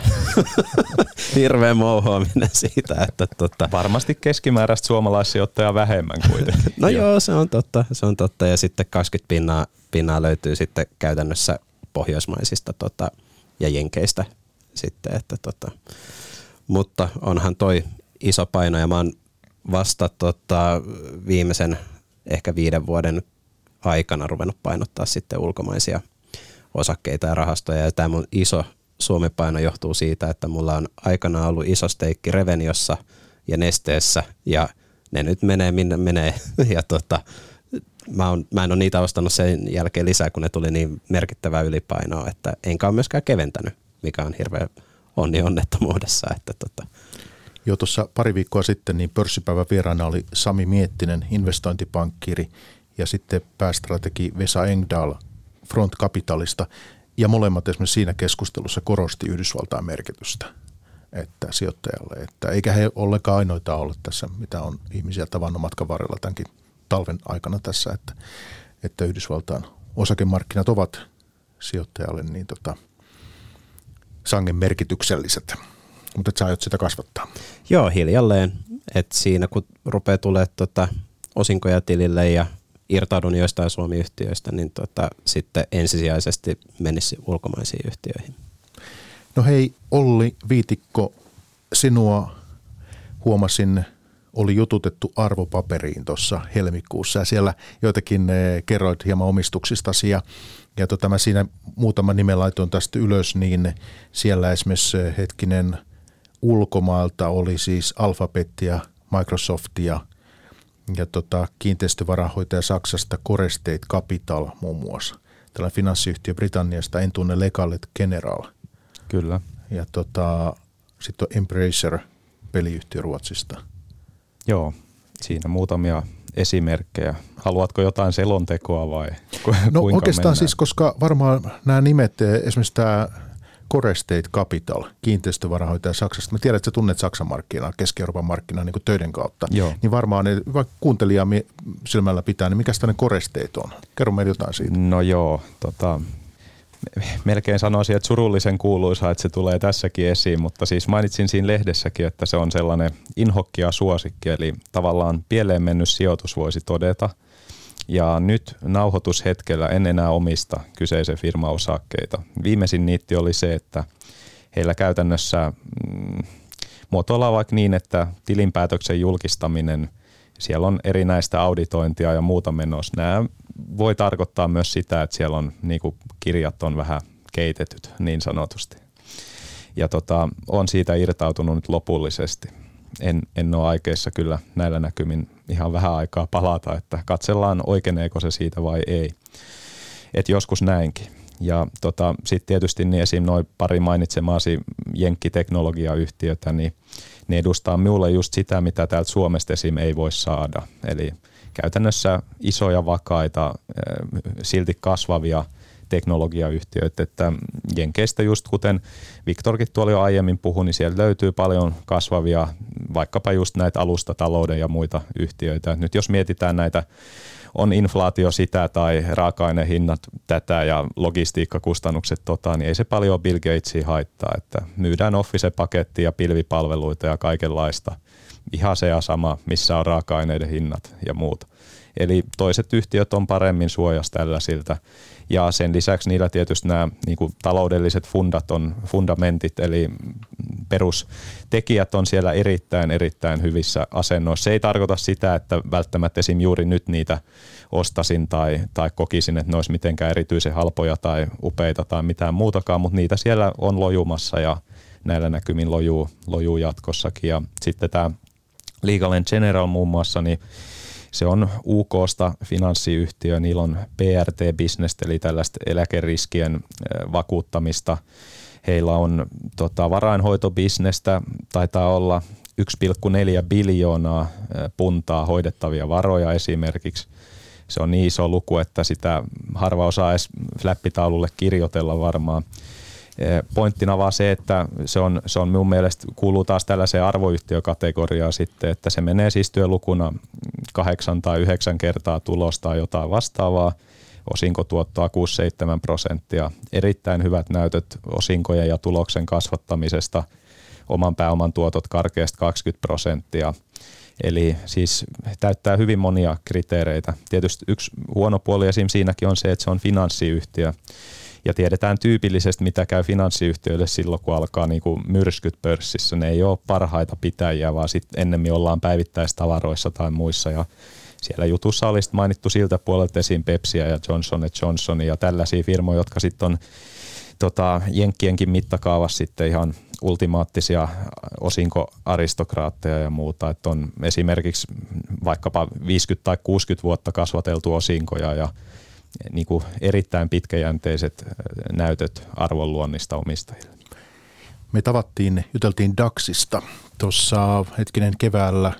Hirveä mouhoaminen siitä, että varmasti keskimääräistä suomalaissijoittajaa vähemmän kuitenkin. No joo, se on totta. Ja sitten 20% löytyy sitten käytännössä pohjoismaisista ja jenkeistä sitten, että mutta onhan toi iso paino, ja mä oon vasta viimeisen ehkä 5 vuoden aikana ruvennut painottaa sitten ulkomaisia osakkeita ja rahastoja, ja tämä mun iso Suomi-paino johtuu siitä, että mulla on aikanaan ollut iso steikki Reveniossa ja Nesteessä, ja ne nyt menee minne menee, ja mä en ole niitä ostanut sen jälkeen lisää, kun ne tuli niin merkittävää ylipainoa, että enkä ole myöskään keventänyt, mikä on hirveä onnettomuudessa. Jo tuossa pari viikkoa sitten niin pörssipäivän vieraana oli Sami Miettinen, investointipankkiiri, ja sitten päästrategi Vesa Engdahl Front Capitalista, ja molemmat esimerkiksi siinä keskustelussa korosti Yhdysvaltain merkitystä että sijoittajalle, että eikä he ollenkaan ainoita ole tässä, mitä on ihmisiä tavannut matkan varrella tämänkin talven aikana tässä, että Yhdysvaltain osakemarkkinat ovat sijoittajalle niin sangen merkitykselliset, mutta et sä aiot sitä kasvattaa. Joo, hiljalleen, että siinä kun rupeaa tulemaan osinkoja tilille ja irtaudun joistain Suomi-yhtiöistä, niin sitten ensisijaisesti menisi ulkomaisiin yhtiöihin. No hei Olli Viitikko, sinua huomasin, oli jututettu arvopaperiin tuossa helmikuussa ja siellä joitakin kerroit hieman omistuksistasi ja mä siinä muutama nimen laitoin tästä ylös, niin siellä esimerkiksi ulkomailta oli siis Alphabetia, Microsoftia ja kiinteistövarainhoitaja Saksasta Core State Capital muun muassa. Tällainen finanssiyhtiö Britanniasta, en tunne Legalet General. Kyllä. Ja sitten on Embracer, peliyhtiö Ruotsista. Joo, siinä muutamia esimerkkejä. Haluatko jotain selontekoa vai kuinka No oikeastaan mennään? siis, koska varmaan nämä nimet, esimerkiksi tämä Core Estate Capital, kiinteistövarahoitaja Saksasta. Mä tiedän, että sä tunnet Saksan markkinaa, Keski-Euroopan markkinaa niin kuin töiden kautta. Joo. Niin varmaan, vaikka kuuntelijaa silmällä pitää, niin mikä tämmöinen Core Estate on? Kerro meille jotain siitä. No joo, melkein sanoisin, että surullisen kuuluisa, että se tulee tässäkin esiin, mutta siis mainitsin siinä lehdessäkin, että se on sellainen inhokkia suosikki, eli tavallaan pieleen mennyt sijoitus voisi todeta. Ja nyt nauhoitushetkellä en enää omista kyseisen firman osakkeita. Viimeisin niitti oli se, että heillä käytännössä muotoillaan vaikka niin, että tilinpäätöksen julkistaminen, siellä on erinäistä auditointia ja muuta menossa. Nämä voi tarkoittaa myös sitä, että siellä on niinku kirjat on vähän keitetyt niin sanotusti. Ja on siitä irtautunut nyt lopullisesti. En ole aikeissa kyllä näillä näkymin ihan vähän aikaa palata, että katsellaan oikeneeko se siitä vai ei. Et joskus näinkin. Ja sitten tietysti niin esim. Noin pari mainitsemaasi jenkkiteknologiayhtiötä, niin ne edustaa minulle just sitä, mitä täältä Suomesta esim. Ei voi saada. Eli käytännössä isoja, vakaita, silti kasvavia teknologiayhtiöitä, että Jenkeistä just kuten Viktorkin tuolla jo aiemmin puhui, niin siellä löytyy paljon kasvavia, vaikkapa just näitä alustatalouden ja muita yhtiöitä. Nyt jos mietitään näitä, on inflaatio sitä tai raaka-ainehinnat tätä ja logistiikkakustannukset niin ei se paljon Bill Gatesia haittaa, että myydään Office-pakettia ja pilvipalveluita ja kaikenlaista. Ihan se ja sama, missä on raaka-aineiden hinnat ja muuta. Eli toiset yhtiöt on paremmin suojassa tällaisilta. Ja sen lisäksi niillä tietysti nämä niin kuin taloudelliset fundamentit, eli perustekijät on siellä erittäin hyvissä asennoissa. Se ei tarkoita sitä, että välttämättä esim. Juuri nyt niitä ostasin tai kokisin, että ne olisi mitenkään erityisen halpoja tai upeita tai mitään muutakaan, mutta niitä siellä on lojumassa ja näillä näkymin lojuu jatkossakin. Ja sitten tämä Legal & General muun muassa, niin se on UK:sta finanssiyhtiö, niillä on PRT-bisnestä eli tällaista eläkeriskien vakuuttamista. Heillä on varainhoitobisnestä, taitaa olla 1,4 biljoonaa puntaa hoidettavia varoja esimerkiksi. Se on niin iso luku, että sitä harva osaa edes fläppitaululle kirjoitella varmaan. Pointtina vaan se, että se on minun mielestä kuuluu taas tällaiseen arvoyhtiökategoriaan sitten, että se menee siis työlukuna 8 tai 9 kertaa tulosta tai jotain vastaavaa, osinkotuottoa 6-7%, erittäin hyvät näytöt osinkojen ja tuloksen kasvattamisesta, oman pääoman tuotot karkeasti 20%. Eli siis täyttää hyvin monia kriteereitä. Tietysti yksi huono puoli esim. Siinäkin on se, että se on finanssiyhtiö. Ja tiedetään tyypillisesti, mitä käy finanssiyhtiöille silloin, kun alkaa niin kuin myrskyt pörssissä. Ne ei ole parhaita pitäjiä, vaan sitten ennemmin ollaan päivittäistavaroissa tai muissa. Ja siellä jutussa olisi mainittu siltä puolelta esiin Pepsiä ja Johnson & Johnsonia ja tällaisia firmoja, jotka sitten on jenkkienkin mittakaavassa sitten ihan ultimaattisia osinkoaristokraatteja ja muuta. Että on esimerkiksi vaikkapa 50 tai 60 vuotta kasvateltu osinkoja ja niin kuin erittäin pitkäjänteiset näytöt arvonluonnista omistajille. Me juteltiin DAXista tuossa keväällä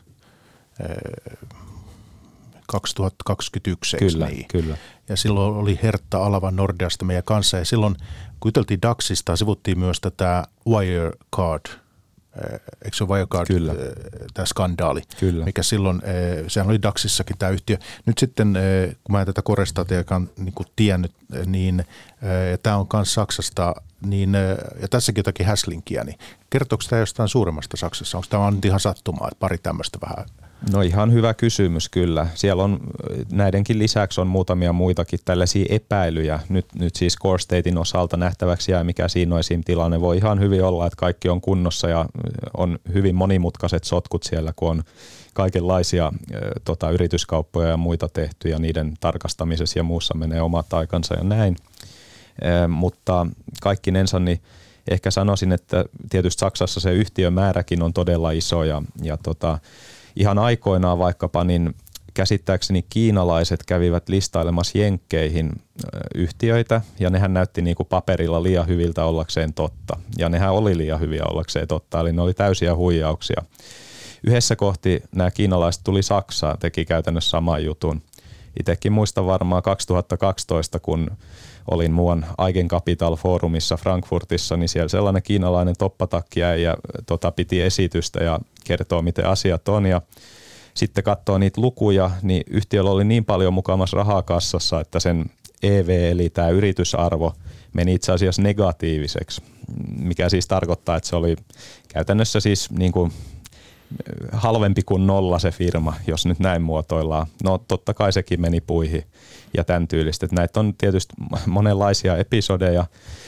2021. Kyllä, niin? kyllä. Ja silloin oli Hertta Alava Nordeasta meidän kanssa ja silloin kun juteltiin DAXista, sivuttiin myös tätä Wirecard, eikö se ole Wirecard, tämä skandaali, Kyllä. mikä silloin, sehän oli DAXissakin tämä yhtiö. Nyt sitten, kun mä tätä Core-strategiaa niin tiennyt, niin tämä on myös Saksasta, niin, ja tässäkin jotakin häslinkiä, niin kertooko tämä jostain suuremmasta Saksassa? Onko tämä ihan sattumaa, että pari tämmöistä vähän? No ihan hyvä kysymys kyllä. Siellä on näidenkin lisäksi on muutamia muitakin tällaisia epäilyjä. Nyt siis Core Statein osalta nähtäväksi jää, mikä siinä on esim. Tilanne. Voi ihan hyvin olla, että kaikki on kunnossa ja on hyvin monimutkaiset sotkut siellä, kun on kaikenlaisia yrityskauppoja ja muita tehty ja niiden tarkastamisessa ja muussa menee omat aikansa ja näin. Mutta kaikkinensa niin ehkä sanoisin, että tietysti Saksassa se yhtiömääräkin on todella iso ja ihan aikoinaan vaikkapa, niin käsittääkseni kiinalaiset kävivät listailemassa jenkkeihin yhtiöitä ja nehän näytti niin kuin paperilla liian hyviltä ollakseen totta. Ja nehän oli liian hyviä ollakseen totta, eli ne oli täysiä huijauksia. yhdessä kohti nämä kiinalaiset tuli Saksaan, teki käytännössä saman jutun. Itsekin muistan varmaan 2012, kun olin muuan Eigenkapital-foorumissa Frankfurtissa, niin siellä sellainen kiinalainen toppatakki jäi ja piti esitystä ja kertoo, miten asiat on. Ja sitten katsoo niitä lukuja, niin yhtiöllä oli niin paljon mukamassa rahaa kassassa, että sen EV eli tämä yritysarvo meni itse asiassa negatiiviseksi, mikä siis tarkoittaa, että se oli käytännössä siis niin kuin halvempi kuin nolla se firma, jos nyt näin muotoillaan. No totta kai sekin meni puihin ja tämän tyylistä. Näitä on tietysti monenlaisia episodeja,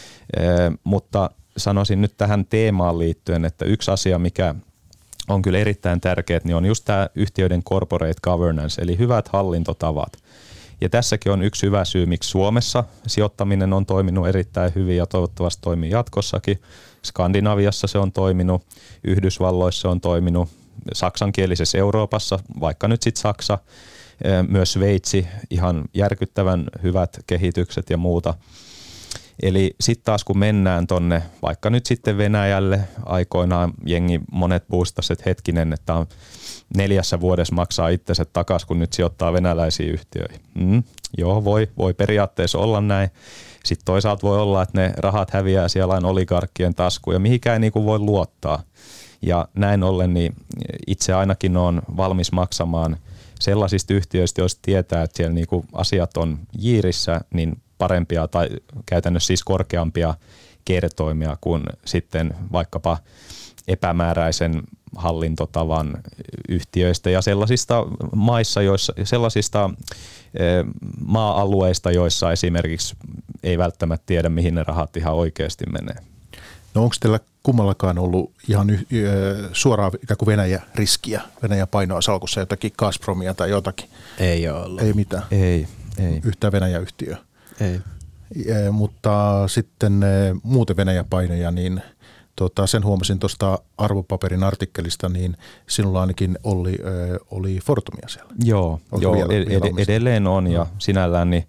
mutta sanoisin nyt tähän teemaan liittyen, että yksi asia, mikä on kyllä erittäin tärkeä, niin on just tämä yhtiöiden corporate governance, eli hyvät hallintotavat. Ja tässäkin on yksi hyvä syy, miksi Suomessa sijoittaminen on toiminut erittäin hyvin ja toivottavasti toimii jatkossakin. Skandinaviassa se on toiminut, Yhdysvalloissa on toiminut, saksankielisessä Euroopassa, vaikka nyt sitten Saksa, myös Sveitsi, ihan järkyttävän hyvät kehitykset ja muuta. Eli sitten taas kun mennään tonne vaikka nyt sitten Venäjälle, aikoinaan jengi monet puustasi, että hetkinen, että on 4 vuodessa maksaa itsensä takaisin, kun nyt sijoittaa venäläisiin yhtiöihin. Joo, voi periaatteessa olla näin. Sitten toisaalta voi olla, että ne rahat häviää siellä oligarkkien taskuun ja mihinkään ei niinku voi luottaa. Ja näin ollen niin itse ainakin olen valmis maksamaan sellaisista yhtiöistä, joista tietää, että siellä niinku asiat on jiirissä, niin parempia tai käytännössä siis korkeampia kertoimia kuin sitten vaikkapa epämääräisen hallintotavan yhtiöistä ja sellaisista maissa, sellaisista maa-alueista, joissa esimerkiksi ei välttämättä tiedä, mihin ne rahat ihan oikeasti menee. No onko teillä kummallakaan ollut ihan suoraan ikään kuin Venäjä-riskiä, Venäjän painoa salkussa, jotakin Gazpromia tai jotakin? Ei ole ollut. Ei mitään? Ei. Yhtään Venäjä-yhtiöä? Ei. Mutta sitten muuten Venäjä-painoja, niin sen huomasin tuosta arvopaperin artikkelista, niin sinulla ainakin oli Fortumia siellä. Joo, edelleen on ja sinällään niin,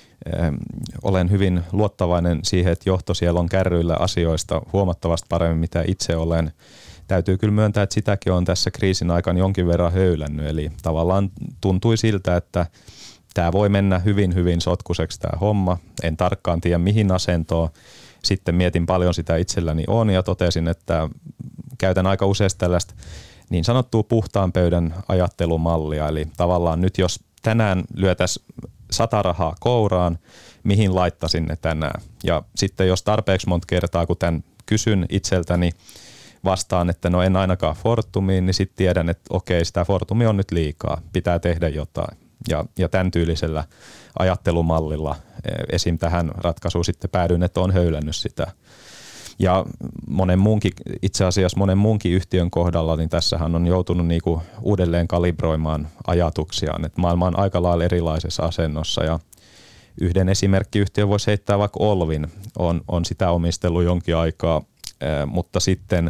olen hyvin luottavainen siihen, että johto siellä on kärryillä asioista huomattavasti paremmin, mitä itse olen. Täytyy kyllä myöntää, että sitäkin on tässä kriisin aikana jonkin verran höylännyt, eli tavallaan tuntui siltä, että tämä voi mennä hyvin, hyvin sotkuiseksi tämä homma. En tarkkaan tiedä mihin asentoon. Sitten mietin paljon sitä itselläni on ja totesin, että käytän aika useasti tällaista niin sanottua puhtaan pöydän ajattelumallia. Eli tavallaan nyt jos tänään lyötäisiin 100 rahaa kouraan, mihin laittaisin ne tänään. Ja sitten jos tarpeeksi monta kertaa, kun tämän kysyn itseltäni, vastaan, että no en ainakaan Fortumiin, niin sitten tiedän, että okei, sitä Fortumi on nyt liikaa, pitää tehdä jotain. Ja tämän tyylisellä ajattelumallilla esim. Tähän ratkaisuun sitten päädyin, että on höylännyt sitä. Ja itse asiassa monen muunkin yhtiön kohdalla, niin tässähän on joutunut niinku uudelleen kalibroimaan ajatuksiaan, että maailma on aika lailla erilaisessa asennossa ja yhden esimerkkiyhtiön voisi heittää vaikka Olvin, on sitä omistellut jonkin aikaa, mutta sitten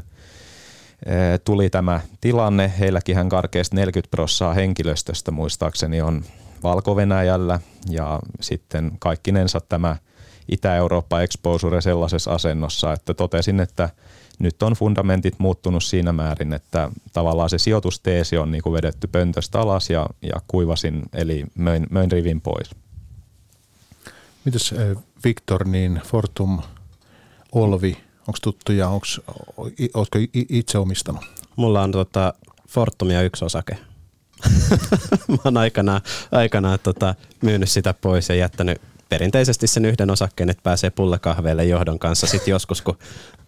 tuli tämä tilanne, heilläkin karkeasti 40% henkilöstöstä muistaakseni on Valko-Venäjällä ja sitten kaikkinensa tämä Itä-Eurooppa exposure sellaisessa asennossa, että totesin, että nyt on fundamentit muuttunut siinä määrin, että tavallaan se sijoitusteesi on niin kuin vedetty pöntöstä alas ja kuivasin, eli möin rivin pois. Mites Victor, niin Fortum, Olvi, onko tuttuja, oletko itse omistanut? Mulla on Fortumia 1 osake. Mä oon aikanaan myynyt sitä pois ja jättänyt perinteisesti sen yhden osakkeen, että pääsee pullekahveille johdon kanssa sitten joskus, kun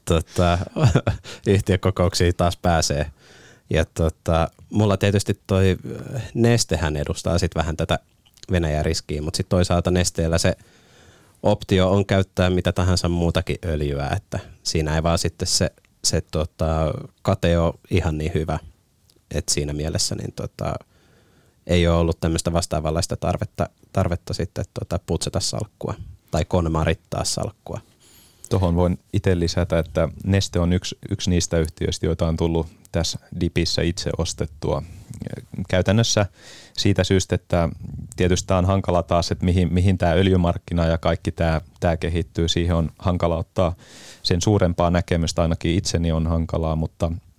yhtiökokouksiin taas pääsee. Ja mulla tietysti toi Nestehän edustaa sitten vähän tätä Venäjän riskiä, mutta sitten toisaalta Nesteellä se optio on käyttää mitä tahansa muutakin öljyä, että siinä ei vaan sitten se kate ole ihan niin hyvä, että siinä mielessä niin ei ole ollut tämmöistä vastaavanlaista tarvetta sitten putsata salkkua tai konmarittaa salkkua. Tuohon voin itse lisätä, että Neste on yksi niistä yhtiöistä, joita on tullut tässä dipissä itse ostettua. Käytännössä siitä syystä, että tietysti tämä on hankala taas, että mihin tämä öljymarkkina ja kaikki tämä kehittyy. Siihen on hankala ottaa sen suurempaa näkemystä, ainakin itseni on hankalaa, mutta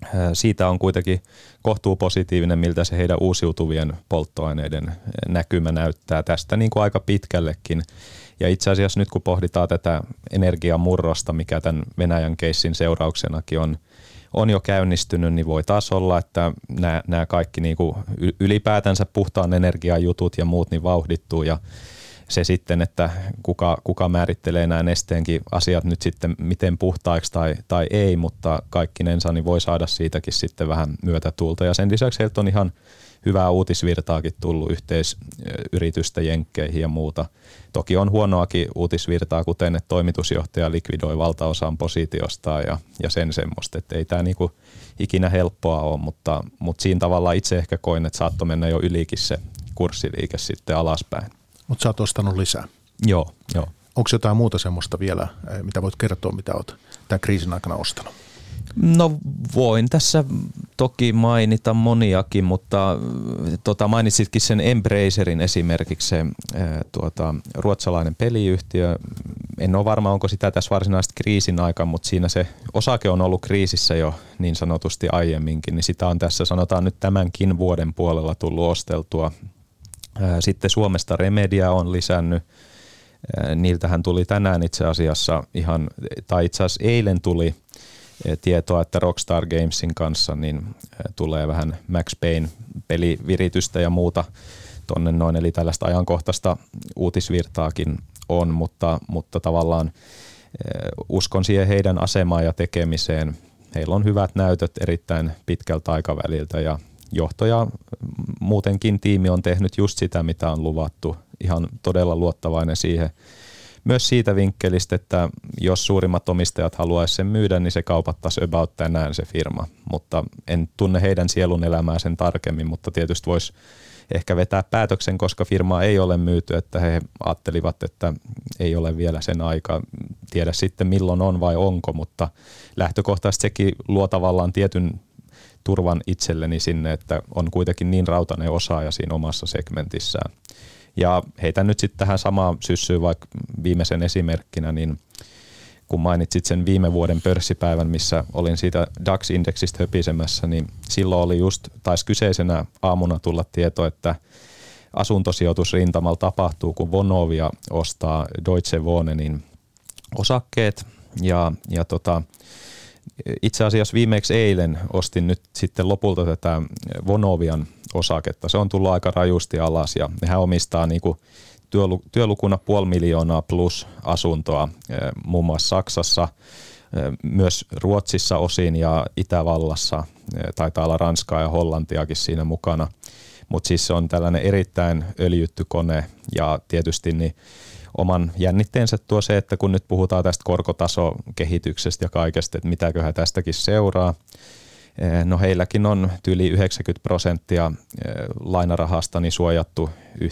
Siitä on kuitenkin kohtuu positiivinen, miltä se heidän uusiutuvien polttoaineiden näkymä näyttää tästä niin kuin aika pitkällekin. Ja itse asiassa nyt kun pohditaan tätä energiamurrosta, mikä tämän Venäjän keissin seurauksenakin on jo käynnistynyt, niin voi taas olla, että nämä kaikki niin kuin ylipäätänsä puhtaan energian jutut ja muut niin vauhdittuu ja se sitten, että kuka määrittelee nämä nesteenkin asiat nyt sitten miten puhtaiksi tai ei, mutta kaikkinensa niin voi saada siitäkin sitten vähän myötätuulta. Ja sen lisäksi heiltä on ihan hyvää uutisvirtaakin tullut yhteisyritystä jenkkeihin ja muuta. Toki on huonoakin uutisvirtaa, kuten että toimitusjohtaja likvidoi valtaosan positiostaan ja sen semmoista, että ei tämä niinku ikinä helppoa ole, mutta siinä tavalla itse ehkä koin, että saattoi mennä jo ylikin se kurssiliike sitten alaspäin. Mutta sä oot ostanut lisää. Joo. Onko jotain muuta semmoista vielä, mitä voit kertoa, mitä oot tämän kriisin aikana ostanut? No voin tässä toki mainita moniakin, mutta mainitsitkin sen Embracerin esimerkiksi, se ruotsalainen peliyhtiö. En ole varma, onko sitä tässä varsinaisesti kriisin aikaan, mutta siinä se osake on ollut kriisissä jo niin sanotusti aiemminkin, niin sitä on tässä sanotaan nyt tämänkin vuoden puolella tullut osteltua. Sitten Suomesta Remedia on lisännyt. Niiltähän tuli tänään itse asiassa itse asiassa eilen tuli tietoa, että Rockstar Gamesin kanssa niin tulee vähän Max Payne peliviritystä ja muuta tonne noin, eli tällaista ajankohtaista uutisvirtaakin on, mutta tavallaan uskon siihen heidän asemaan ja tekemiseen. Heillä on hyvät näytöt erittäin pitkältä aikaväliltä ja johto ja muutenkin tiimi on tehnyt just sitä, mitä on luvattu. Ihan todella luottavainen siihen. Myös siitä vinkkelistä, että jos suurimmat omistajat haluaisi sen myydä, niin se kaupattaisi about tänään se firma. Mutta en tunne heidän sielun elämää sen tarkemmin, mutta tietysti voisi ehkä vetää päätöksen, koska firmaa ei ole myyty, että he ajattelivat, että ei ole vielä sen aika. Tiedä sitten milloin on vai onko, mutta lähtökohtaisesti sekin luo tavallaan tietyn turvan itselleni sinne, että on kuitenkin niin rautainen osaaja siinä omassa segmentissään. Ja heitä nyt sitten tähän samaan syssyyn vaikka viimeisen esimerkkinä, niin kun mainitsit sen viime vuoden pörssipäivän, missä olin siitä DAX-indeksistä höpisemässä, niin silloin oli taisi kyseisenä aamuna tulla tieto, että asuntosijoitusrintamalla tapahtuu, kun Vonovia ostaa Deutsche Wohnenin osakkeet ja itse asiassa viimeksi eilen ostin nyt sitten lopulta tätä Vonovian osaketta. Se on tullut aika rajusti alas ja nehän omistaa niinku työlukuna 500 000 plus asuntoa muun muassa Saksassa, myös Ruotsissa osin ja Itävallassa, taitaa olla Ranskaa ja Hollantiakin siinä mukana. Mutta siis se on tällainen erittäin öljytty kone ja tietysti niin oman jännitteensä tuo se, että kun nyt puhutaan tästä korkotasokehityksestä ja kaikesta, että mitäköhän tästäkin seuraa. No heilläkin on yli 90% lainarahasta niin suojattu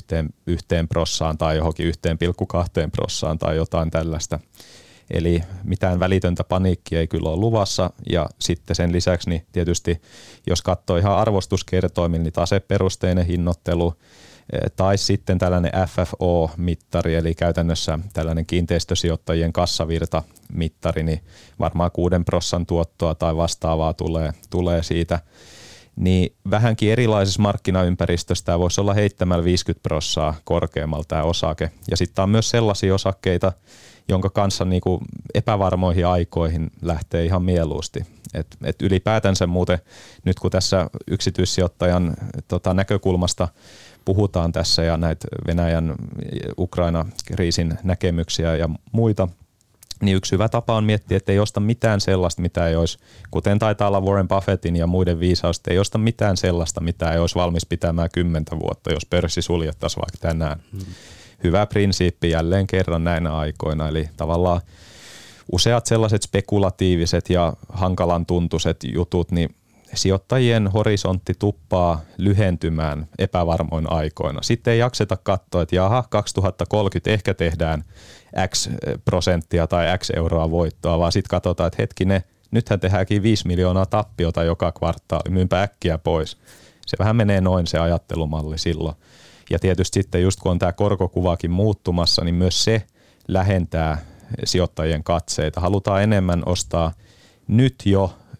1% tai johonkin 1,2% tai jotain tällaista. Eli mitään välitöntä paniikkia ei kyllä ole luvassa ja sitten sen lisäksi niin tietysti jos katsoo ihan arvostuskertoimilla, niin taseperusteinen hinnoittelu tai sitten tällainen FFO-mittari, eli käytännössä tällainen kiinteistösijoittajien kassavirta-mittari, niin varmaan 6% tuottoa tai vastaavaa tulee siitä. Niin vähänkin erilaisessa markkinaympäristössä tämä voisi olla heittämällä 50% korkeammalla tämä osake. Ja sitten on myös sellaisia osakkeita, jonka kanssa niinku epävarmoihin aikoihin lähtee ihan mieluusti. Et ylipäätänsä muuten nyt kun tässä yksityissijoittajan näkökulmasta puhutaan tässä ja näitä Venäjän Ukraina-kriisin näkemyksiä ja muita, niin yksi hyvä tapa on miettiä, että ei osta mitään sellaista, mitä ei olisi, kuten taitaa olla Warren Buffettin ja muiden viisausta, ei osta mitään sellaista, mitä ei olisi valmis pitämään 10 vuotta, jos pörssi suljettaisiin vaikka tänään. Hyvä prinsiippi jälleen kerran näinä aikoina, eli tavallaan useat sellaiset spekulatiiviset ja hankalan tuntuiset jutut, niin sijoittajien horisontti tuppaa lyhentymään epävarmoin aikoina. Sitten ei jakseta katsoa, että jaha, 2030 ehkä tehdään X prosenttia tai X euroa voittoa, vaan sitten katsotaan, että hetkinen, nythän tehdäänkin 5 miljoonaa tappiota joka kvartaali, myynpä äkkiä pois. Se vähän menee noin se ajattelumalli silloin. Ja tietysti sitten just kun on tämä korkokuvakin muuttumassa, niin myös se lähentää sijoittajien katseita. Halutaan enemmän ostaa nyt jo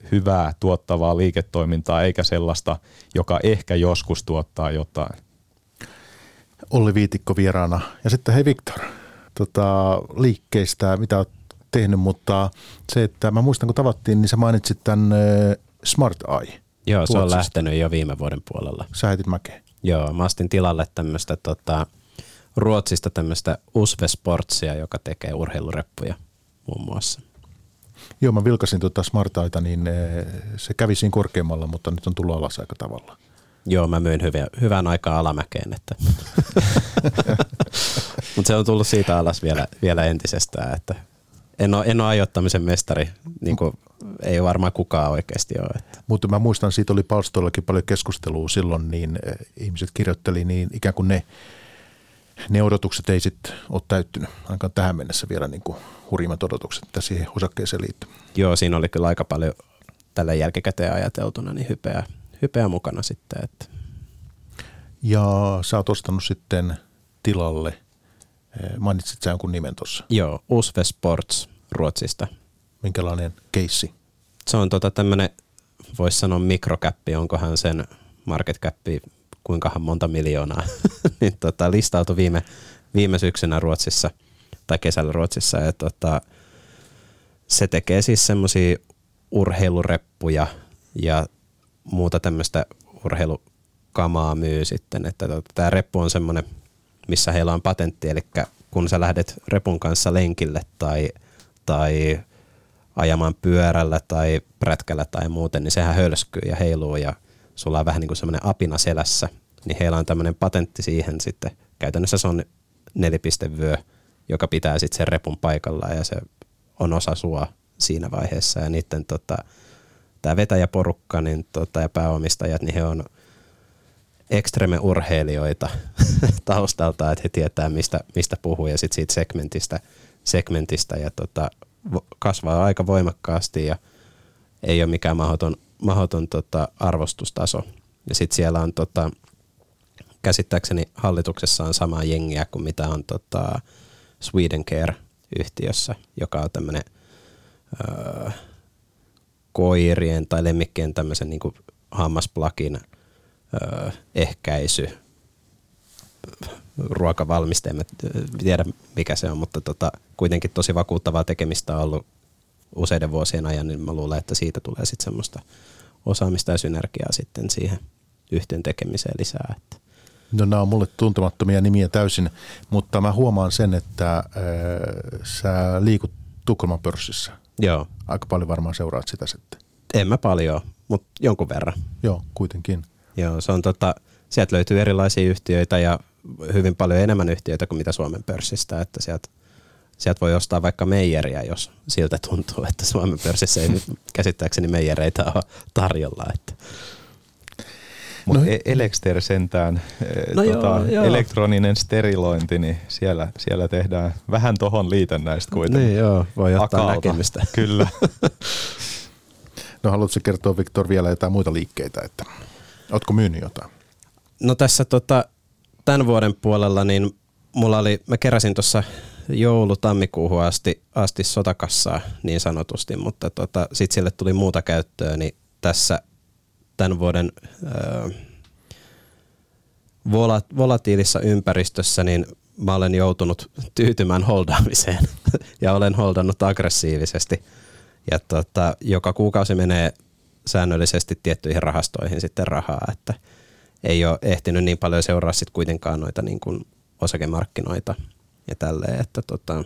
hyvää tuottavaa liiketoimintaa, eikä sellaista, joka ehkä joskus tuottaa jotain. Olli Viitikko vieraana. Ja sitten hei Viktor, liikkeistä, mitä olet tehnyt, mutta se, että mä muistan kun tavattiin, niin sä mainitsit tämän Smart Eye. Joo, se on lähtenyt jo viime vuoden puolella. Sä heitit mäkeen. Joo, mä astin tilalle tämmöistä Ruotsista tämmöistä USV Sportsia, joka tekee urheilureppuja muun muassa. Joo, mä vilkasin Smart Eyeta, niin se kävi siinä korkeammalla, mutta nyt on tullut alas aika tavalla. Joo, mä myin hyvän aikaa alamäkeen, että mutta se on tullut siitä alas vielä entisestään, että en ole ajoittamisen mestari, niin kuin ei varmaan kukaan oikeasti ole. Että. Mutta mä muistan, siitä oli palstoillakin paljon keskustelua silloin, niin ihmiset kirjoitteli niin ikään kuin ne odotukset ei sitten ole täyttynyt. Ainakaan tähän mennessä vielä niin kuin hurjimmat odotukset, mitä siihen osakkeeseen liittyy. Joo, siinä oli kyllä aika paljon tällä jälkikäteen ajateltuna niin hypeä mukana sitten. Että. Ja sä oot ostanut sitten tilalle, mainitsit sä jonkun nimen tuossa? Joo, USV Sports Ruotsista. Minkälainen keissi? Se on tämmöinen, voisi sanoa mikrokäppi, onkohan sen market cappi kuinkahan monta miljoonaa, niin listautui viime syksynä Ruotsissa tai kesällä Ruotsissa. Ja se tekee siis semmoisia urheilureppuja ja muuta tämmöistä urheilukamaa myy sitten. Että tämä reppu on semmoinen, missä heillä on patentti, eli kun sä lähdet repun kanssa lenkille tai ajamaan pyörällä tai prätkällä tai muuten, niin sehän hölskyy ja heiluu ja sulla on vähän niin kuin semmoinen apina selässä, niin heillä on tämmöinen patentti siihen sitten. Käytännössä se on 4-vyö, joka pitää sitten sen repun paikallaan ja se on osa sua siinä vaiheessa. Ja niiden tämä vetäjäporukka niin ja pääomistajat, niin he on ekstreme-urheilijoita taustalta, että he tietää mistä puhuu ja sitten siitä segmentistä ja kasvaa aika voimakkaasti ja ei ole mikään mahdoton arvostustaso. Ja sitten siellä on käsittääkseni hallituksessa on samaa jengiä kuin mitä on Swedencare-yhtiössä, joka on tämmöinen koirien tai lemmikkien tämmöisen niin kuin hammasplakin ehkäisy ruokavalmiste, en tiedä mikä se on, mutta kuitenkin tosi vakuuttavaa tekemistä on ollut useiden vuosien ajan, niin mä luulen, että siitä tulee sitten semmoista osaamista ja synergiaa sitten siihen yhteen tekemiseen lisää. Että. No nämä on mulle tuntemattomia nimiä täysin, mutta mä huomaan sen, että sä liikut Tukholman pörssissä. Joo. Aika paljon varmaan seuraat sitä sitten. En mä paljon, mutta jonkun verran. Joo, kuitenkin. Joo, se on sieltä löytyy erilaisia yhtiöitä ja hyvin paljon enemmän yhtiöitä kuin mitä Suomen pörssistä, että sieltä voi ostaa vaikka meijeriä, jos siltä tuntuu, että Suomen pörssissä ei nyt käsittääkseni meijereitä ole tarjolla. Että. Mutta Elexter sentään, joo. Elektroninen sterilointi, niin siellä tehdään vähän tohon liitännäistä kuitenkin. Niin joo, voi ottaa näkemistä. Kyllä. No haluatko kertoa Viktor vielä jotain muita liikkeitä, että ootko myynyt jotain? No tässä tämän vuoden puolella niin mä keräsin tuossa joulu-tammikuuhun asti sotakassaa niin sanotusti, mutta sitten sille tuli muuta käyttöä, niin tässä tämän vuoden volatiilissa ympäristössä niin mä olen joutunut tyytymään holdaamiseen ja olen holdannut aggressiivisesti ja joka kuukausi menee säännöllisesti tiettyihin rahastoihin sitten rahaa, että ei ole ehtinyt niin paljon seuraa sitten kuitenkaan noita niin kuin osakemarkkinoita ja tälleen, että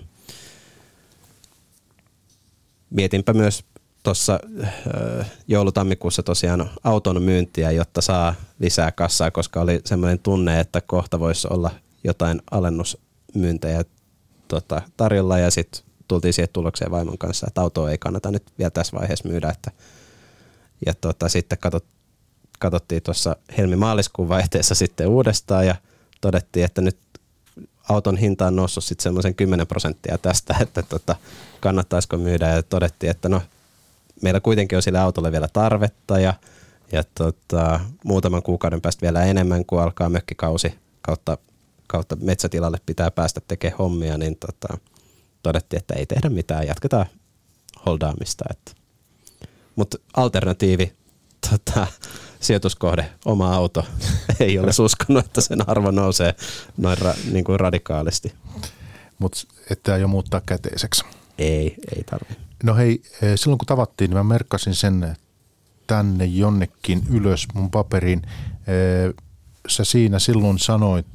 mietinpä myös tuossa joulutammikuussa tosiaan auton myyntiä, jotta saa lisää kassaa, koska oli semmoinen tunne, että kohta voisi olla jotain alennusmyyntejä tarjolla ja sitten tultiin siihen tulokseen vaimon kanssa, että autoa ei kannata nyt vielä tässä vaiheessa myydä, ja sitten katsottiin tuossa helmi-maaliskuun vaihteessa sitten uudestaan ja todettiin, että nyt auton hinta on noussut sitten semmoisen 10% tästä, että kannattaisiko myydä ja todettiin, että no meillä kuitenkin on sille autolle vielä tarvetta ja muutaman kuukauden päästä vielä enemmän, kun alkaa mökkikausi kautta metsätilalle pitää päästä tekemään hommia, niin todettiin, että ei tehdä mitään, jatketaan holdaamista. Mutta alternatiivi, sijoituskohde, oma auto, ei ole uskonut, että sen arvo nousee noin niin kuin radikaalisti. Mutta että jo muuttaa käteiseksi. Ei tarvitse. No hei, silloin kun tavattiin, niin mä merkkasin sen tänne jonnekin ylös mun paperiin. Sä siinä silloin sanoit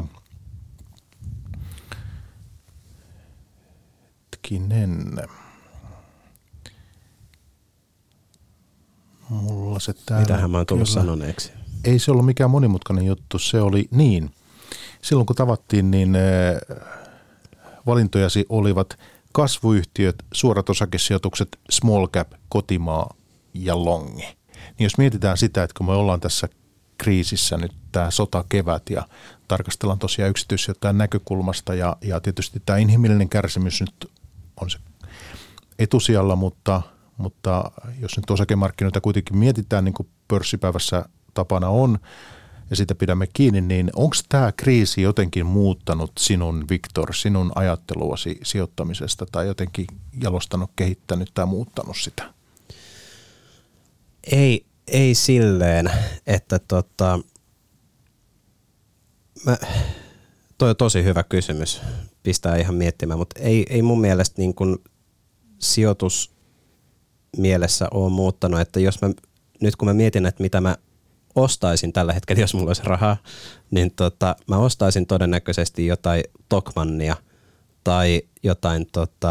mulla se täällä. Mitähän mä oon tullut sanoneeksi? Ei se ollut mikään monimutkainen juttu, se oli niin. Silloin kun tavattiin, niin valintojasi olivat kasvuyhtiöt, suorat osakesijoitukset, small cap, kotimaa ja longi. Niin jos mietitään sitä, että kun me ollaan tässä kriisissä nyt tämä sotakevät ja tarkastellaan tosiaan yksityissijoittajan näkökulmasta ja tietysti tämä inhimillinen kärsimys nyt on se etusijalla, mutta jos nyt osakemarkkinoita kuitenkin mietitään niin kuin pörssipäivässä tapana on ja sitä pidämme kiinni, niin onko tämä kriisi jotenkin muuttanut sinun ajatteluasi sijoittamisesta tai jotenkin jalostanut, kehittänyt tai muuttanut sitä? Ei silleen, että toi on tosi hyvä kysymys, pistää ihan miettimään, mutta ei mun mielestä niin kuin sijoitus mielessä ole muuttanut, että jos nyt kun mä mietin, että mitä mä ostaisin tällä hetkellä, jos mulla olisi rahaa, niin mä ostaisin todennäköisesti jotain Tokmannia tai jotain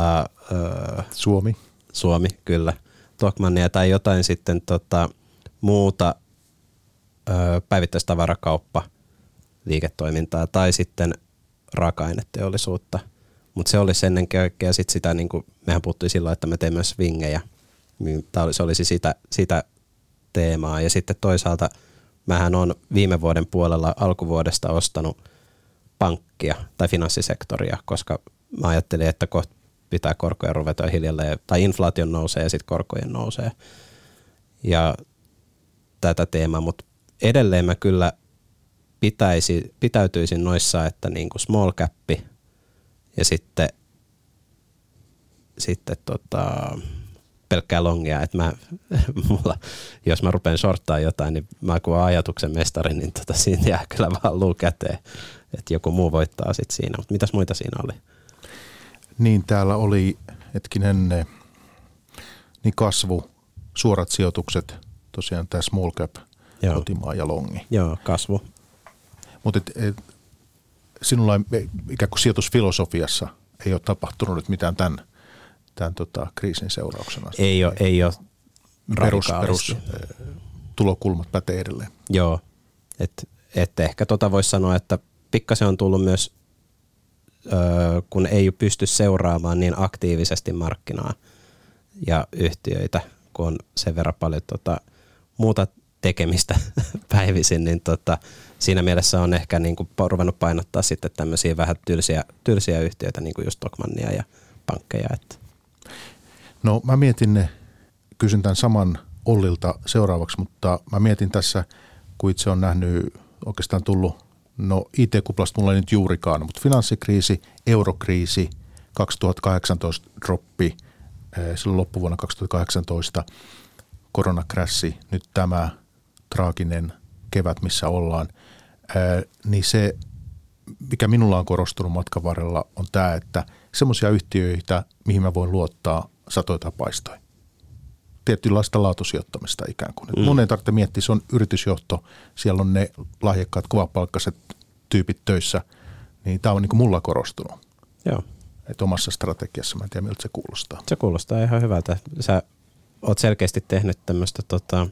Suomi, kyllä. Tokmannia tai jotain sitten muuta päivittäistavarakauppa liiketoimintaa tai sitten raaka-aineteollisuutta. Mutta se olisi ennen kaikkea sit sitä, niin kuin mehän puhuttui silloin, että me teemme myös swingejä. Se olisi sitä teemaa. Ja sitten toisaalta mähän on viime vuoden puolella alkuvuodesta ostanut pankkia tai finanssisektoria, koska mä ajattelin, että kohta pitää korkoja ruveta hiljalleen, tai inflaation nousee ja sitten korkojen nousee. Ja tätä teemaa, mutta edelleen mä kyllä pitäytyisin noissa, että niin kuin small cap ja sitten pelkkää longia, että jos mä rupean shorttaa jotain, niin mä kun oon ajatuksen mestari, niin siinä jää kyllä vaan luu käteen, että joku muu voittaa sitten siinä. Mutta mitäs muita siinä oli? Niin täällä oli niin kasvu, suorat sijoitukset, tosiaan tämä small cap, joo. Kotimaa ja longi. Joo, kasvu. Mutta sinulla ikään kuin sijoitusfilosofiassa ei ole tapahtunut nyt mitään tämän kriisin seurauksena. Ei ole perus tulokulmat pätee edelleen. Joo, että ehkä voisi sanoa, että pikkasen on tullut myös, kun ei pysty seuraamaan niin aktiivisesti markkinaa ja yhtiöitä, kun on sen verran paljon muuta tekemistä päivisin, niin siinä mielessä on ehkä niin kuin ruvennut painottaa sitten tämmöisiä vähän tylsiä yhtiöitä, niin kuin just Tokmannia ja pankkeja. Että. No mä kysyn tämän saman Ollilta seuraavaksi, mutta mä mietin tässä, kun itse on nähnyt oikeastaan tullut, no IT-kuplasta mulla ei nyt juurikaan, mutta finanssikriisi, eurokriisi, 2018 droppi, silloin loppuvuonna 2018, koronakrässi, nyt tämä traaginen kevät, missä ollaan, niin se, mikä minulla on korostunut matkan varrella, on tämä, että semmoisia yhtiöitä, mihin mä voin luottaa satoja tai paistoja. Tietynlaista laatusijoittamista ikään kuin. Mun ei tarvitse miettiä, se on yritysjohto, siellä on ne lahjakkaat, kovapalkkaiset tyypit töissä, niin tämä on niin kuin mulla korostunut. Joo. Että omassa strategiassa, mä en tiedä miltä se kuulostaa. Se kuulostaa ihan hyvältä. Sä oot selkeästi tehnyt tämmöistä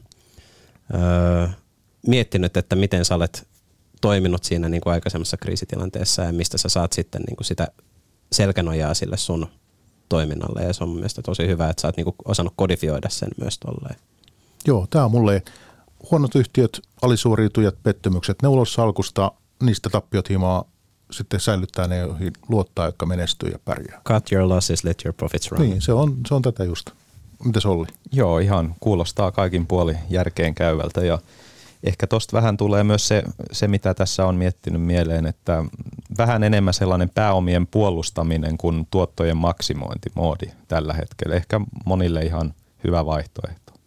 miettinyt, että miten sä olet toiminut siinä niin kuin aikaisemmassa kriisitilanteessa ja mistä sä saat sitten niin kuin sitä selkänojaa sille sun toiminnalle. Ja se on mun mielestä tosi hyvä, että sä oot niin kuin osannut kodifioida sen myös tolleen. Joo, tää on mulle huonot yhtiöt, alisuoriutujat, pettymykset, ne ulos salkusta, niistä tappiot himaa, sitten säilyttää ne, joihin luottaa, jotka menestyy ja pärjää. Cut your losses, let your profits run. Niin, se on tätä just. Mitäs Olli? Joo, ihan kuulostaa kaikin puoli järkeen käyvältä ja ehkä tosta vähän tulee myös se, mitä tässä on miettinyt mieleen, että vähän enemmän sellainen pääomien puolustaminen kuin tuottojen maksimointimoodi tällä hetkellä. Ehkä monille ihan hyvä vaihtoehto.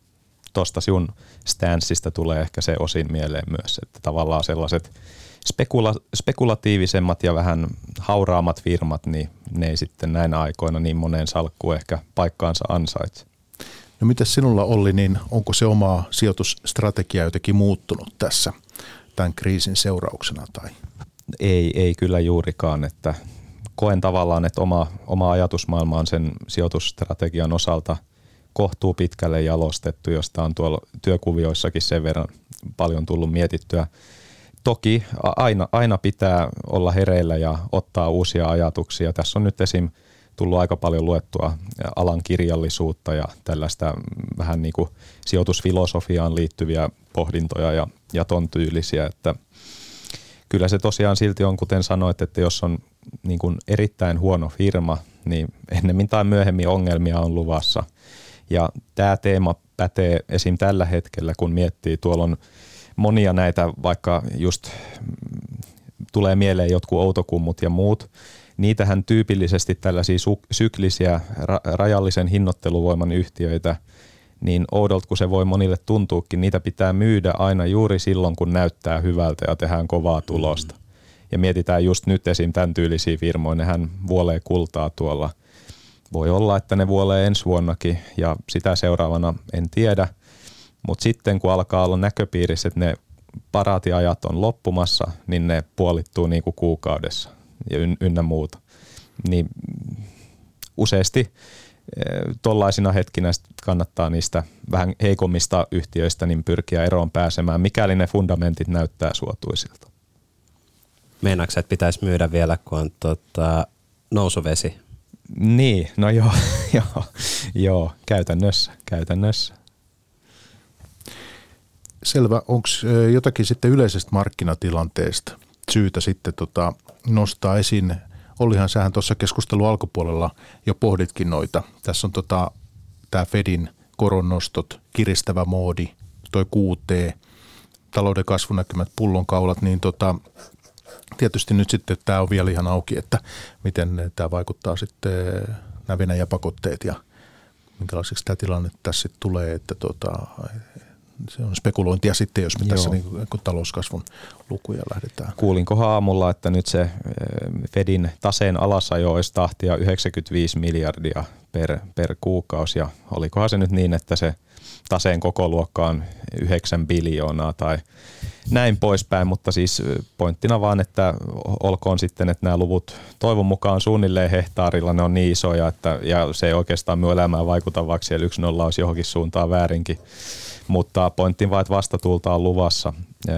tuosta sinun stanssista tulee ehkä se osin mieleen myös, että tavallaan sellaiset spekulatiivisemmat ja vähän hauraammat firmat, niin ne ei sitten näinä aikoina niin moneen salkkuun ehkä paikkaansa ansaitse. No mitäs sinulla Olli, niin onko se oma sijoitusstrategia jotenkin muuttunut tässä tämän kriisin seurauksena? Tai? Ei kyllä juurikaan, että koen tavallaan, että oma ajatusmaailma on sen sijoitusstrategian osalta kohtuu pitkälle jalostettu, josta on tuolla työkuvioissakin sen verran paljon tullut mietittyä. Toki aina pitää olla hereillä ja ottaa uusia ajatuksia. Tässä on nyt esim. Tullut aika paljon luettua alan kirjallisuutta ja tällaista vähän niin kuin sijoitusfilosofiaan liittyviä pohdintoja ja ton tyylisiä, että kyllä se tosiaan silti on, kuten sanoit, että jos on niin kuin erittäin huono firma, niin ennemmin tai myöhemmin ongelmia on luvassa. Ja tämä teema pätee esim. Tällä hetkellä, kun miettii, tuolla on monia näitä, vaikka just tulee mieleen jotkut Outokummut ja muut, niitähän tyypillisesti tällaisia syklisiä rajallisen hinnoitteluvoiman yhtiöitä, niin oudolta kun se voi monille tuntuukin, niitä pitää myydä aina juuri silloin, kun näyttää hyvältä ja tehdään kovaa tulosta. Ja mietitään just nyt esim. Tämän tyylisiä firmoja, nehän vuolee kultaa tuolla. Voi olla, että ne vuolee ensi vuonnakin ja sitä seuraavana en tiedä, mutta sitten kun alkaa olla näköpiirissä, että ne paraatiajat on loppumassa, niin ne puolittuu niin kuin kuukaudessa ja ynnä muuta. Niin useasti tollaisina hetkinä kannattaa niistä vähän heikommista yhtiöistä niin pyrkiä eroon pääsemään, mikäli ne fundamentit näyttää suotuisilta. Meinaatko, että pitäisi myydä vielä, kun on nousuvesi? Niin, no joo, käytännössä. Selvä. Onko jotakin sitten yleisestä markkinatilanteesta syytä sitten nostaa esiin? Ollihan sähän tuossa keskustelun alkupuolella jo pohditkin noita. Tässä on tämä Fedin koronnostot, kiristävä moodi, toi QT, talouden kasvunäkymät, pullonkaulat, niin tietysti nyt sitten tämä on vielä ihan auki, että miten tämä vaikuttaa sitten nämä Venäjän pakotteet ja minkälaiseksi tämä tilanne tässä sitten tulee, että se on spekulointia sitten, jos me tässä niin talouskasvun lukuja lähdetään. Kuulinkohan aamulla, että nyt se Fedin taseen alasajo olisi tahtia 95 miljardia per kuukausi ja olikohan se nyt niin, että se taseen kokoluokka on 9 biljoonaa tai näin poispäin, mutta siis pointtina vaan, että olkoon sitten, että nämä luvut toivon mukaan suunnilleen hehtaarilla ne on niin isoja, että, ja se ei oikeastaan minun elämään vaikuta, vaikka siellä 1-0 olisi johonkin suuntaan väärinkin, mutta pointtiin vaan, että vastatuulta on luvassa.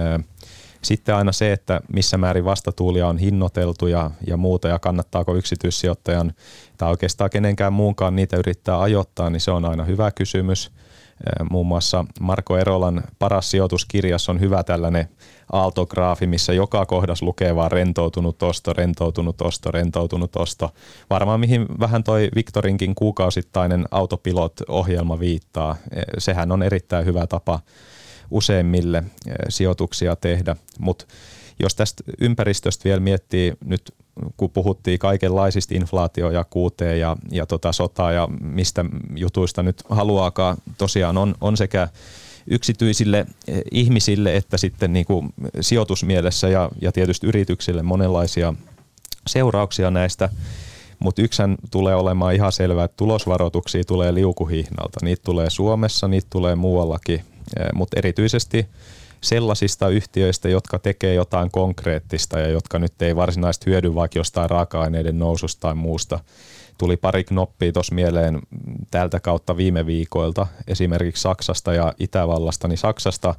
Sitten aina se, että missä määrin vastatuulia on hinnoiteltu ja muuta ja kannattaako yksityissijoittajan tai oikeastaan kenenkään muunkaan niitä yrittää ajoittaa, niin se on aina hyvä kysymys. Muun muassa Marko Erolan Paras sijoituskirjassa on hyvä tällainen aaltograafi, missä joka kohdassa lukee vaan rentoutunut osto, rentoutunut osto, rentoutunut osto. Varmaan mihin vähän toi Victorinkin kuukausittainen Autopilot-ohjelma viittaa. Sehän on erittäin hyvä tapa useimmille sijoituksia tehdä, mutta jos tästä ympäristöstä vielä miettii nyt, kun puhuttiin kaikenlaisista inflaatio- ja QT ja sotaa ja mistä jutuista nyt haluaakaan, tosiaan on sekä yksityisille ihmisille että sitten niin kuin sijoitusmielessä ja tietysti yrityksille monenlaisia seurauksia näistä, mutta yksihän tulee olemaan ihan selvää, että tulosvaroituksia tulee liukuhihnalta. Niitä tulee Suomessa, niitä tulee muuallakin, mutta erityisesti sellaisista yhtiöistä, jotka tekee jotain konkreettista ja jotka nyt ei varsinaisesti hyödy vaikka jostain raaka-aineiden noususta tai muusta. Tuli pari knoppia tuossa mieleen tältä kautta viime viikoilta, esimerkiksi Saksasta ja Itävallasta, niin Saksasta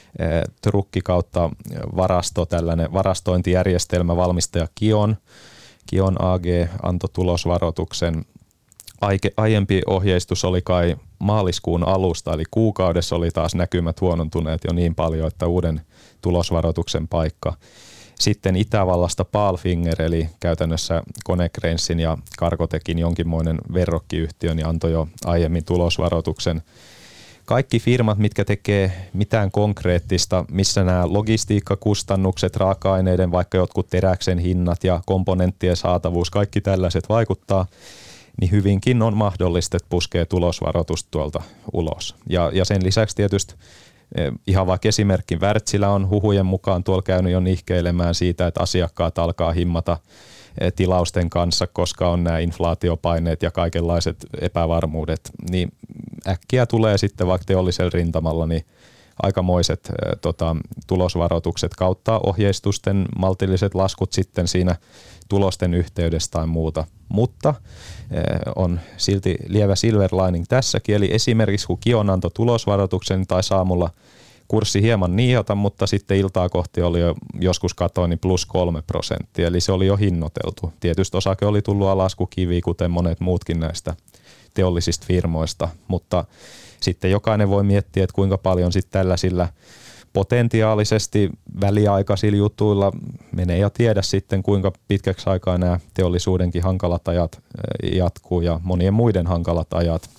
trukki kautta varasto, tällainen varastointijärjestelmä valmistaja Kion AG antoi tulosvaroituksen. Aiempi ohjeistus oli kai maaliskuun alusta, eli kuukaudessa oli taas näkymät huonontuneet jo niin paljon, että uuden tulosvaroituksen paikka. Sitten Itävallasta Palfinger, eli käytännössä Konecranesin ja Cargotecin jonkinmoinen verrokkiyhtiö, niin antoi jo aiemmin tulosvaroituksen. Kaikki firmat, mitkä tekee mitään konkreettista, missä nämä logistiikkakustannukset, raaka-aineiden, vaikka jotkut teräksen hinnat ja komponenttien saatavuus, kaikki tällaiset vaikuttaa, niin hyvinkin on mahdollista, että puskee tulosvaroitusta tuolta ulos. Ja sen lisäksi tietysti ihan vaikka esimerkki Wärtsilä on huhujen mukaan tuolla käynyt jo nihkeilemään siitä, että asiakkaat alkaa himmata tilausten kanssa, koska on nämä inflaatiopaineet ja kaikenlaiset epävarmuudet, niin äkkiä tulee sitten vaikka teollisella rintamalla niin aikamoiset tulosvaroitukset kautta ohjeistusten maltilliset laskut sitten siinä tulosten yhteydessä tai muuta. Mutta on silti lievä silver lining tässäkin, eli esimerkiksi kun Kion antoi tulosvaroituksen tai aamulla kurssi hieman niihota, mutta sitten iltaa kohti oli jo, joskus katoin, niin +3%, eli se oli jo hinnoiteltu. Tietysti osake oli tullut laskukiviin, kuten monet muutkin näistä teollisista firmoista, mutta sitten jokainen voi miettiä, että kuinka paljon sitten tällaisilla potentiaalisesti väliaikaisilla jutuilla menee ja tiedä sitten, kuinka pitkäksi aikaa nämä teollisuudenkin hankalat ajat jatkuu ja monien muiden hankalat ajat.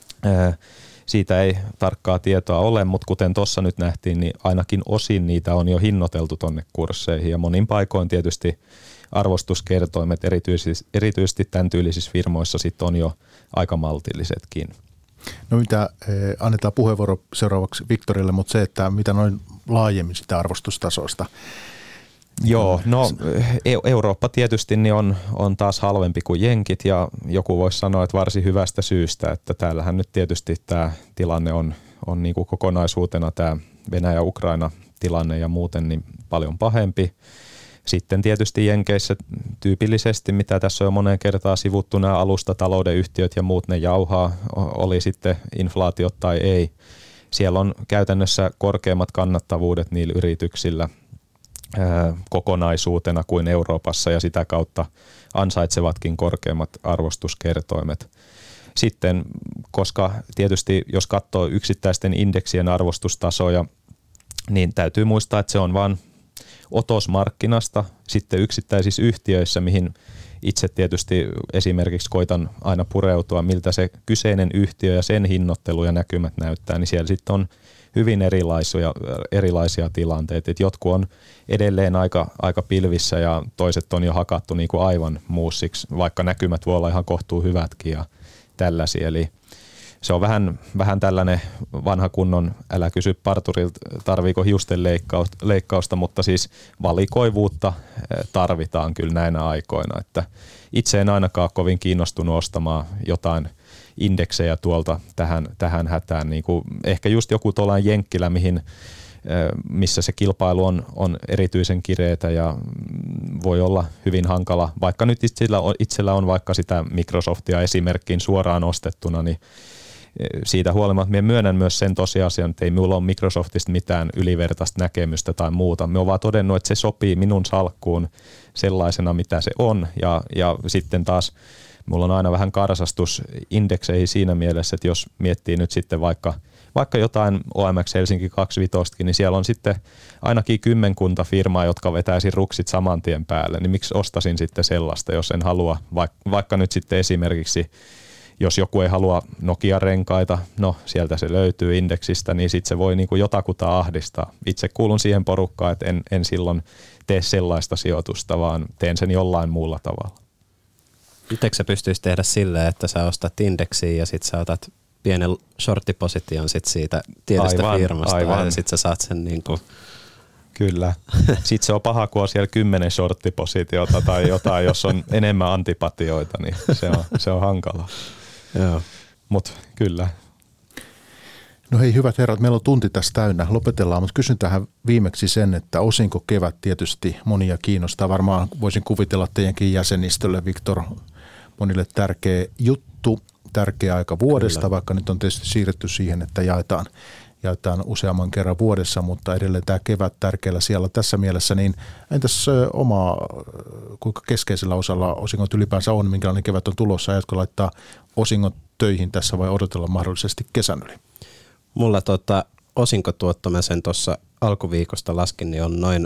Siitä ei tarkkaa tietoa ole, mutta kuten tuossa nyt nähtiin, niin ainakin osin niitä on jo hinnoiteltu tonne kursseihin ja monin paikoin tietysti arvostuskertoimet erityisesti tämän tyylisissä firmoissa sitten on jo aika maltillisetkin. No mitä, annetaan puheenvuoro seuraavaksi Victorille, mutta se, että mitä noin laajemmin sitä arvostustasoista? Joo, no Eurooppa tietysti niin on taas halvempi kuin jenkit ja joku voisi sanoa, että varsin hyvästä syystä, että täällähän nyt tietysti tämä tilanne on niin kuin kokonaisuutena tämä Venäjä-Ukraina-tilanne ja muuten niin paljon pahempi. Sitten tietysti Jenkeissä tyypillisesti, mitä tässä on jo moneen kertaan sivuttu, nämä alustatalouden yhtiöt ja muut, ne jauhaa, oli sitten inflaatiot tai ei. Siellä on käytännössä korkeammat kannattavuudet niillä yrityksillä kokonaisuutena kuin Euroopassa ja sitä kautta ansaitsevatkin korkeammat arvostuskertoimet. Sitten, koska tietysti jos katsoo yksittäisten indeksien arvostustasoja, niin täytyy muistaa, että se on vain otos markkinasta sitten yksittäisissä yhtiöissä, mihin itse tietysti esimerkiksi koitan aina pureutua, miltä se kyseinen yhtiö ja sen hinnoittelu ja näkymät näyttää, niin siellä sitten on hyvin erilaisia tilanteita. Et jotkut on edelleen aika pilvissä ja toiset on jo hakattu niin kuin aivan muussiksi, vaikka näkymät voi olla ihan kohtuu hyvätkin ja tällaisia. Eli se on vähän tällainen vanha kunnon, älä kysy parturilta, tarviiko hiusten leikkausta, mutta siis valikoivuutta tarvitaan kyllä näinä aikoina. Että itse en ainakaan kovin kiinnostunut ostamaan jotain indeksejä tuolta tähän hätään. Niin kuin ehkä just joku tuollainen Jenkkilä, missä se kilpailu on erityisen kireetä ja voi olla hyvin hankala. Vaikka nyt itsellä on vaikka sitä Microsoftia esimerkkiin suoraan ostettuna, niin siitä huolimatta minä myönnän myös sen tosiasian, että ei minulla ole Microsoftista mitään ylivertaista näkemystä tai muuta. Me olen vaan todennut, että se sopii minun salkkuun sellaisena, mitä se on. Ja sitten taas minulla on aina vähän karsastus indekseihin siinä mielessä, että jos miettii nyt sitten vaikka jotain OMX Helsinki 25, niin siellä on sitten ainakin 10 firmaa, jotka vetäisi ruksit saman tien päälle. Niin miksi ostasin sitten sellaista, jos en halua, vaikka nyt sitten esimerkiksi jos joku ei halua Nokia-renkaita, no sieltä se löytyy indeksistä, niin sitten se voi niinku jotakuta ahdistaa. Itse kuulun siihen porukkaan, että en silloin tee sellaista sijoitusta, vaan teen sen jollain muulla tavalla. Miten sä pystyisi tehdä silleen, että sä ostat indeksiä ja sitten sä otat pienen shorttiposition sit siitä tietystä firmasta ja sitten sä saat sen niinku. Kyllä. Sitten se on paha, kun on siellä 10 shorttipositiota tai jotain, jos on enemmän antipatioita, niin se on hankalaa. Joo. Mut kyllä. No hei hyvät herrat, meillä on tunti tässä täynnä. Lopetellaan, mutta kysyn tähän viimeksi sen, että osinko kevät tietysti monia kiinnostaa. Varmaan voisin kuvitella teidänkin jäsenistölle, Victor, monille tärkeä juttu, tärkeä aika vuodesta, kyllä. Vaikka nyt on tietysti siirretty siihen, että jaetaan useamman kerran vuodessa, mutta edelleen tämä kevät tärkeällä siellä tässä mielessä, niin entäs kuinka keskeisellä osalla osingot ylipäänsä on, minkälainen kevät on tulossa, ajatko laittaa osingot töihin tässä vai odotella mahdollisesti kesän yli? Mulla osinkotuotto, mä sen tuossa alkuviikosta laskin, niin on noin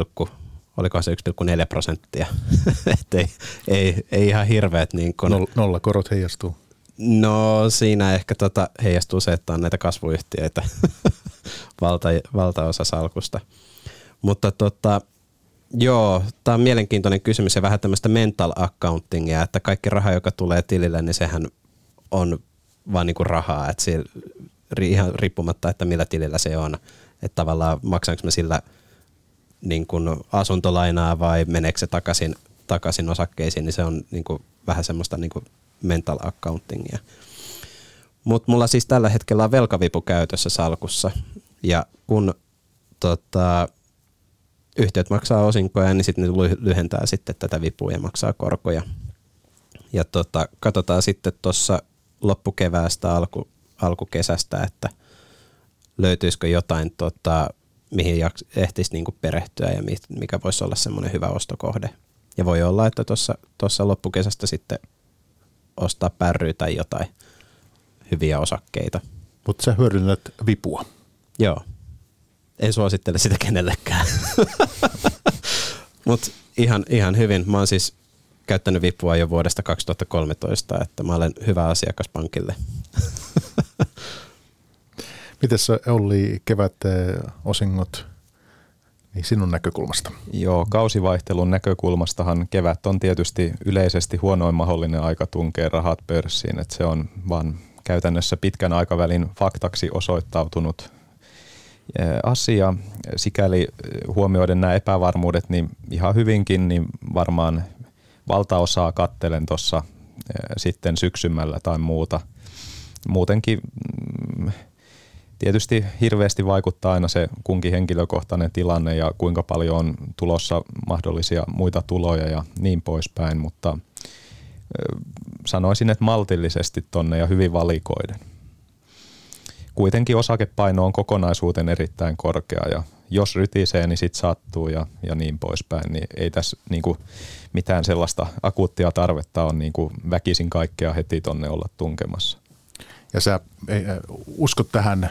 1,4%. Että ei ihan hirveät. Niin kun nolla korot heijastuu. No siinä ehkä heijastuu se, että on näitä kasvuyhtiöitä valtaosa salkusta. Mutta Joo, tämä on mielenkiintoinen kysymys ja vähän tämmöistä mental accountingia, että kaikki raha, joka tulee tilille, niin sehän on vaan niin kuin rahaa, että ihan riippumatta, että millä tilillä se on. Että tavallaan maksaanko mä sillä niin kuin asuntolainaa vai meneekö se takaisin osakkeisiin, niin se on niin kuin vähän semmoista niin kuin mental accountingia. Mutta mulla siis tällä hetkellä on velkavipu käytössä salkussa ja kun yhtiöt maksaa osinkoja, niin sitten ne lyhentää sitten tätä vipua ja maksaa korkoja. Ja katsotaan sitten tuossa loppukeväästä alkukesästä, että löytyisikö jotain, mihin ehtisi niinku perehtyä ja mikä voisi olla semmoinen hyvä ostokohde. Ja voi olla, että tuossa loppukesästä sitten ostaa pärryä tai jotain hyviä osakkeita. Mutta sä hyödynnät vipua. Joo. En suosittele sitä kenellekään. Mutta ihan hyvin. Mä oon siis käyttänyt vipua jo vuodesta 2013, että mä olen hyvä asiakas pankille. Mites Olli kevät osingot niin sinun näkökulmasta? Joo, kausivaihtelun näkökulmastahan kevät on tietysti yleisesti huonoin mahdollinen aika tunkea rahat pörssiin, että se on vaan käytännössä pitkän aikavälin faktaksi osoittautunut asia. Sikäli huomioiden nämä epävarmuudet, niin ihan hyvinkin, niin varmaan valtaosaa kattelen tuossa sitten syksymällä tai muuta. Muutenkin tietysti hirveästi vaikuttaa aina se kunkin henkilökohtainen tilanne ja kuinka paljon on tulossa mahdollisia muita tuloja ja niin poispäin, mutta sanoisin, että maltillisesti tonne ja hyvin valikoiden. Kuitenkin osakepaino on kokonaisuuteen erittäin korkea ja jos rytisee, niin sit sattuu ja niin poispäin, niin ei tässä niinku mitään sellaista akuuttia tarvetta on niinku väkisin kaikkea heti tonne olla tunkemassa. Ja sä uskot tähän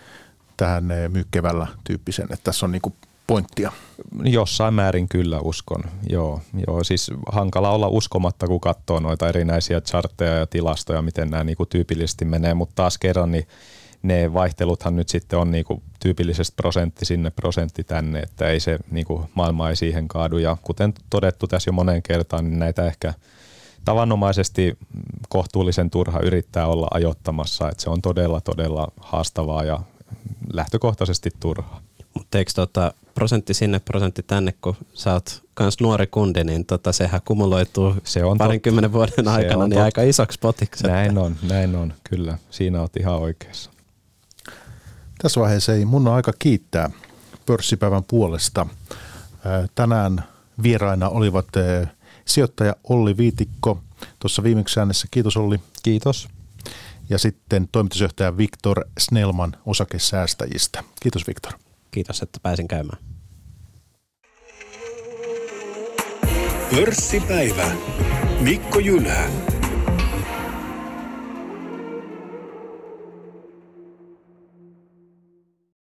myy keväällä tyyppisen, että tässä on niinku pointtia? Jossain määrin kyllä uskon, joo. Siis hankala olla uskomatta, kun katsoo noita erinäisiä chartteja ja tilastoja, miten nämä niinku tyypillisesti menee, mutta taas kerran niin ne vaihteluthan nyt sitten on niinku tyypillisesti prosentti sinne, prosentti tänne, että ei se niinku maailma ei siihen kaadu. Ja kuten todettu tässä jo moneen kertaan, niin näitä ehkä tavanomaisesti kohtuullisen turha yrittää olla ajoittamassa, että se on todella, todella haastavaa ja lähtökohtaisesti turhaa. Mutta eikö prosentti sinne, prosentti tänne, kun sä oot kans nuori kundi, niin sehän kumuloituu se on 20 vuoden aikana niin aika isoksi potiksi. Näin on, kyllä. Siinä oot ihan oikeassa. Tässä vaiheessa ei mun aika kiittää pörssipäivän puolesta. Tänään vieraina olivat sijoittaja Olli Viitikko tuossa viimeksi äänessä. Kiitos Olli. Kiitos. Ja sitten toimitusjohtaja Viktor Snellman osakesäästäjistä. Kiitos Viktor. Kiitos, että pääsin käymään. Pörssipäivä. Mikko Jylhä.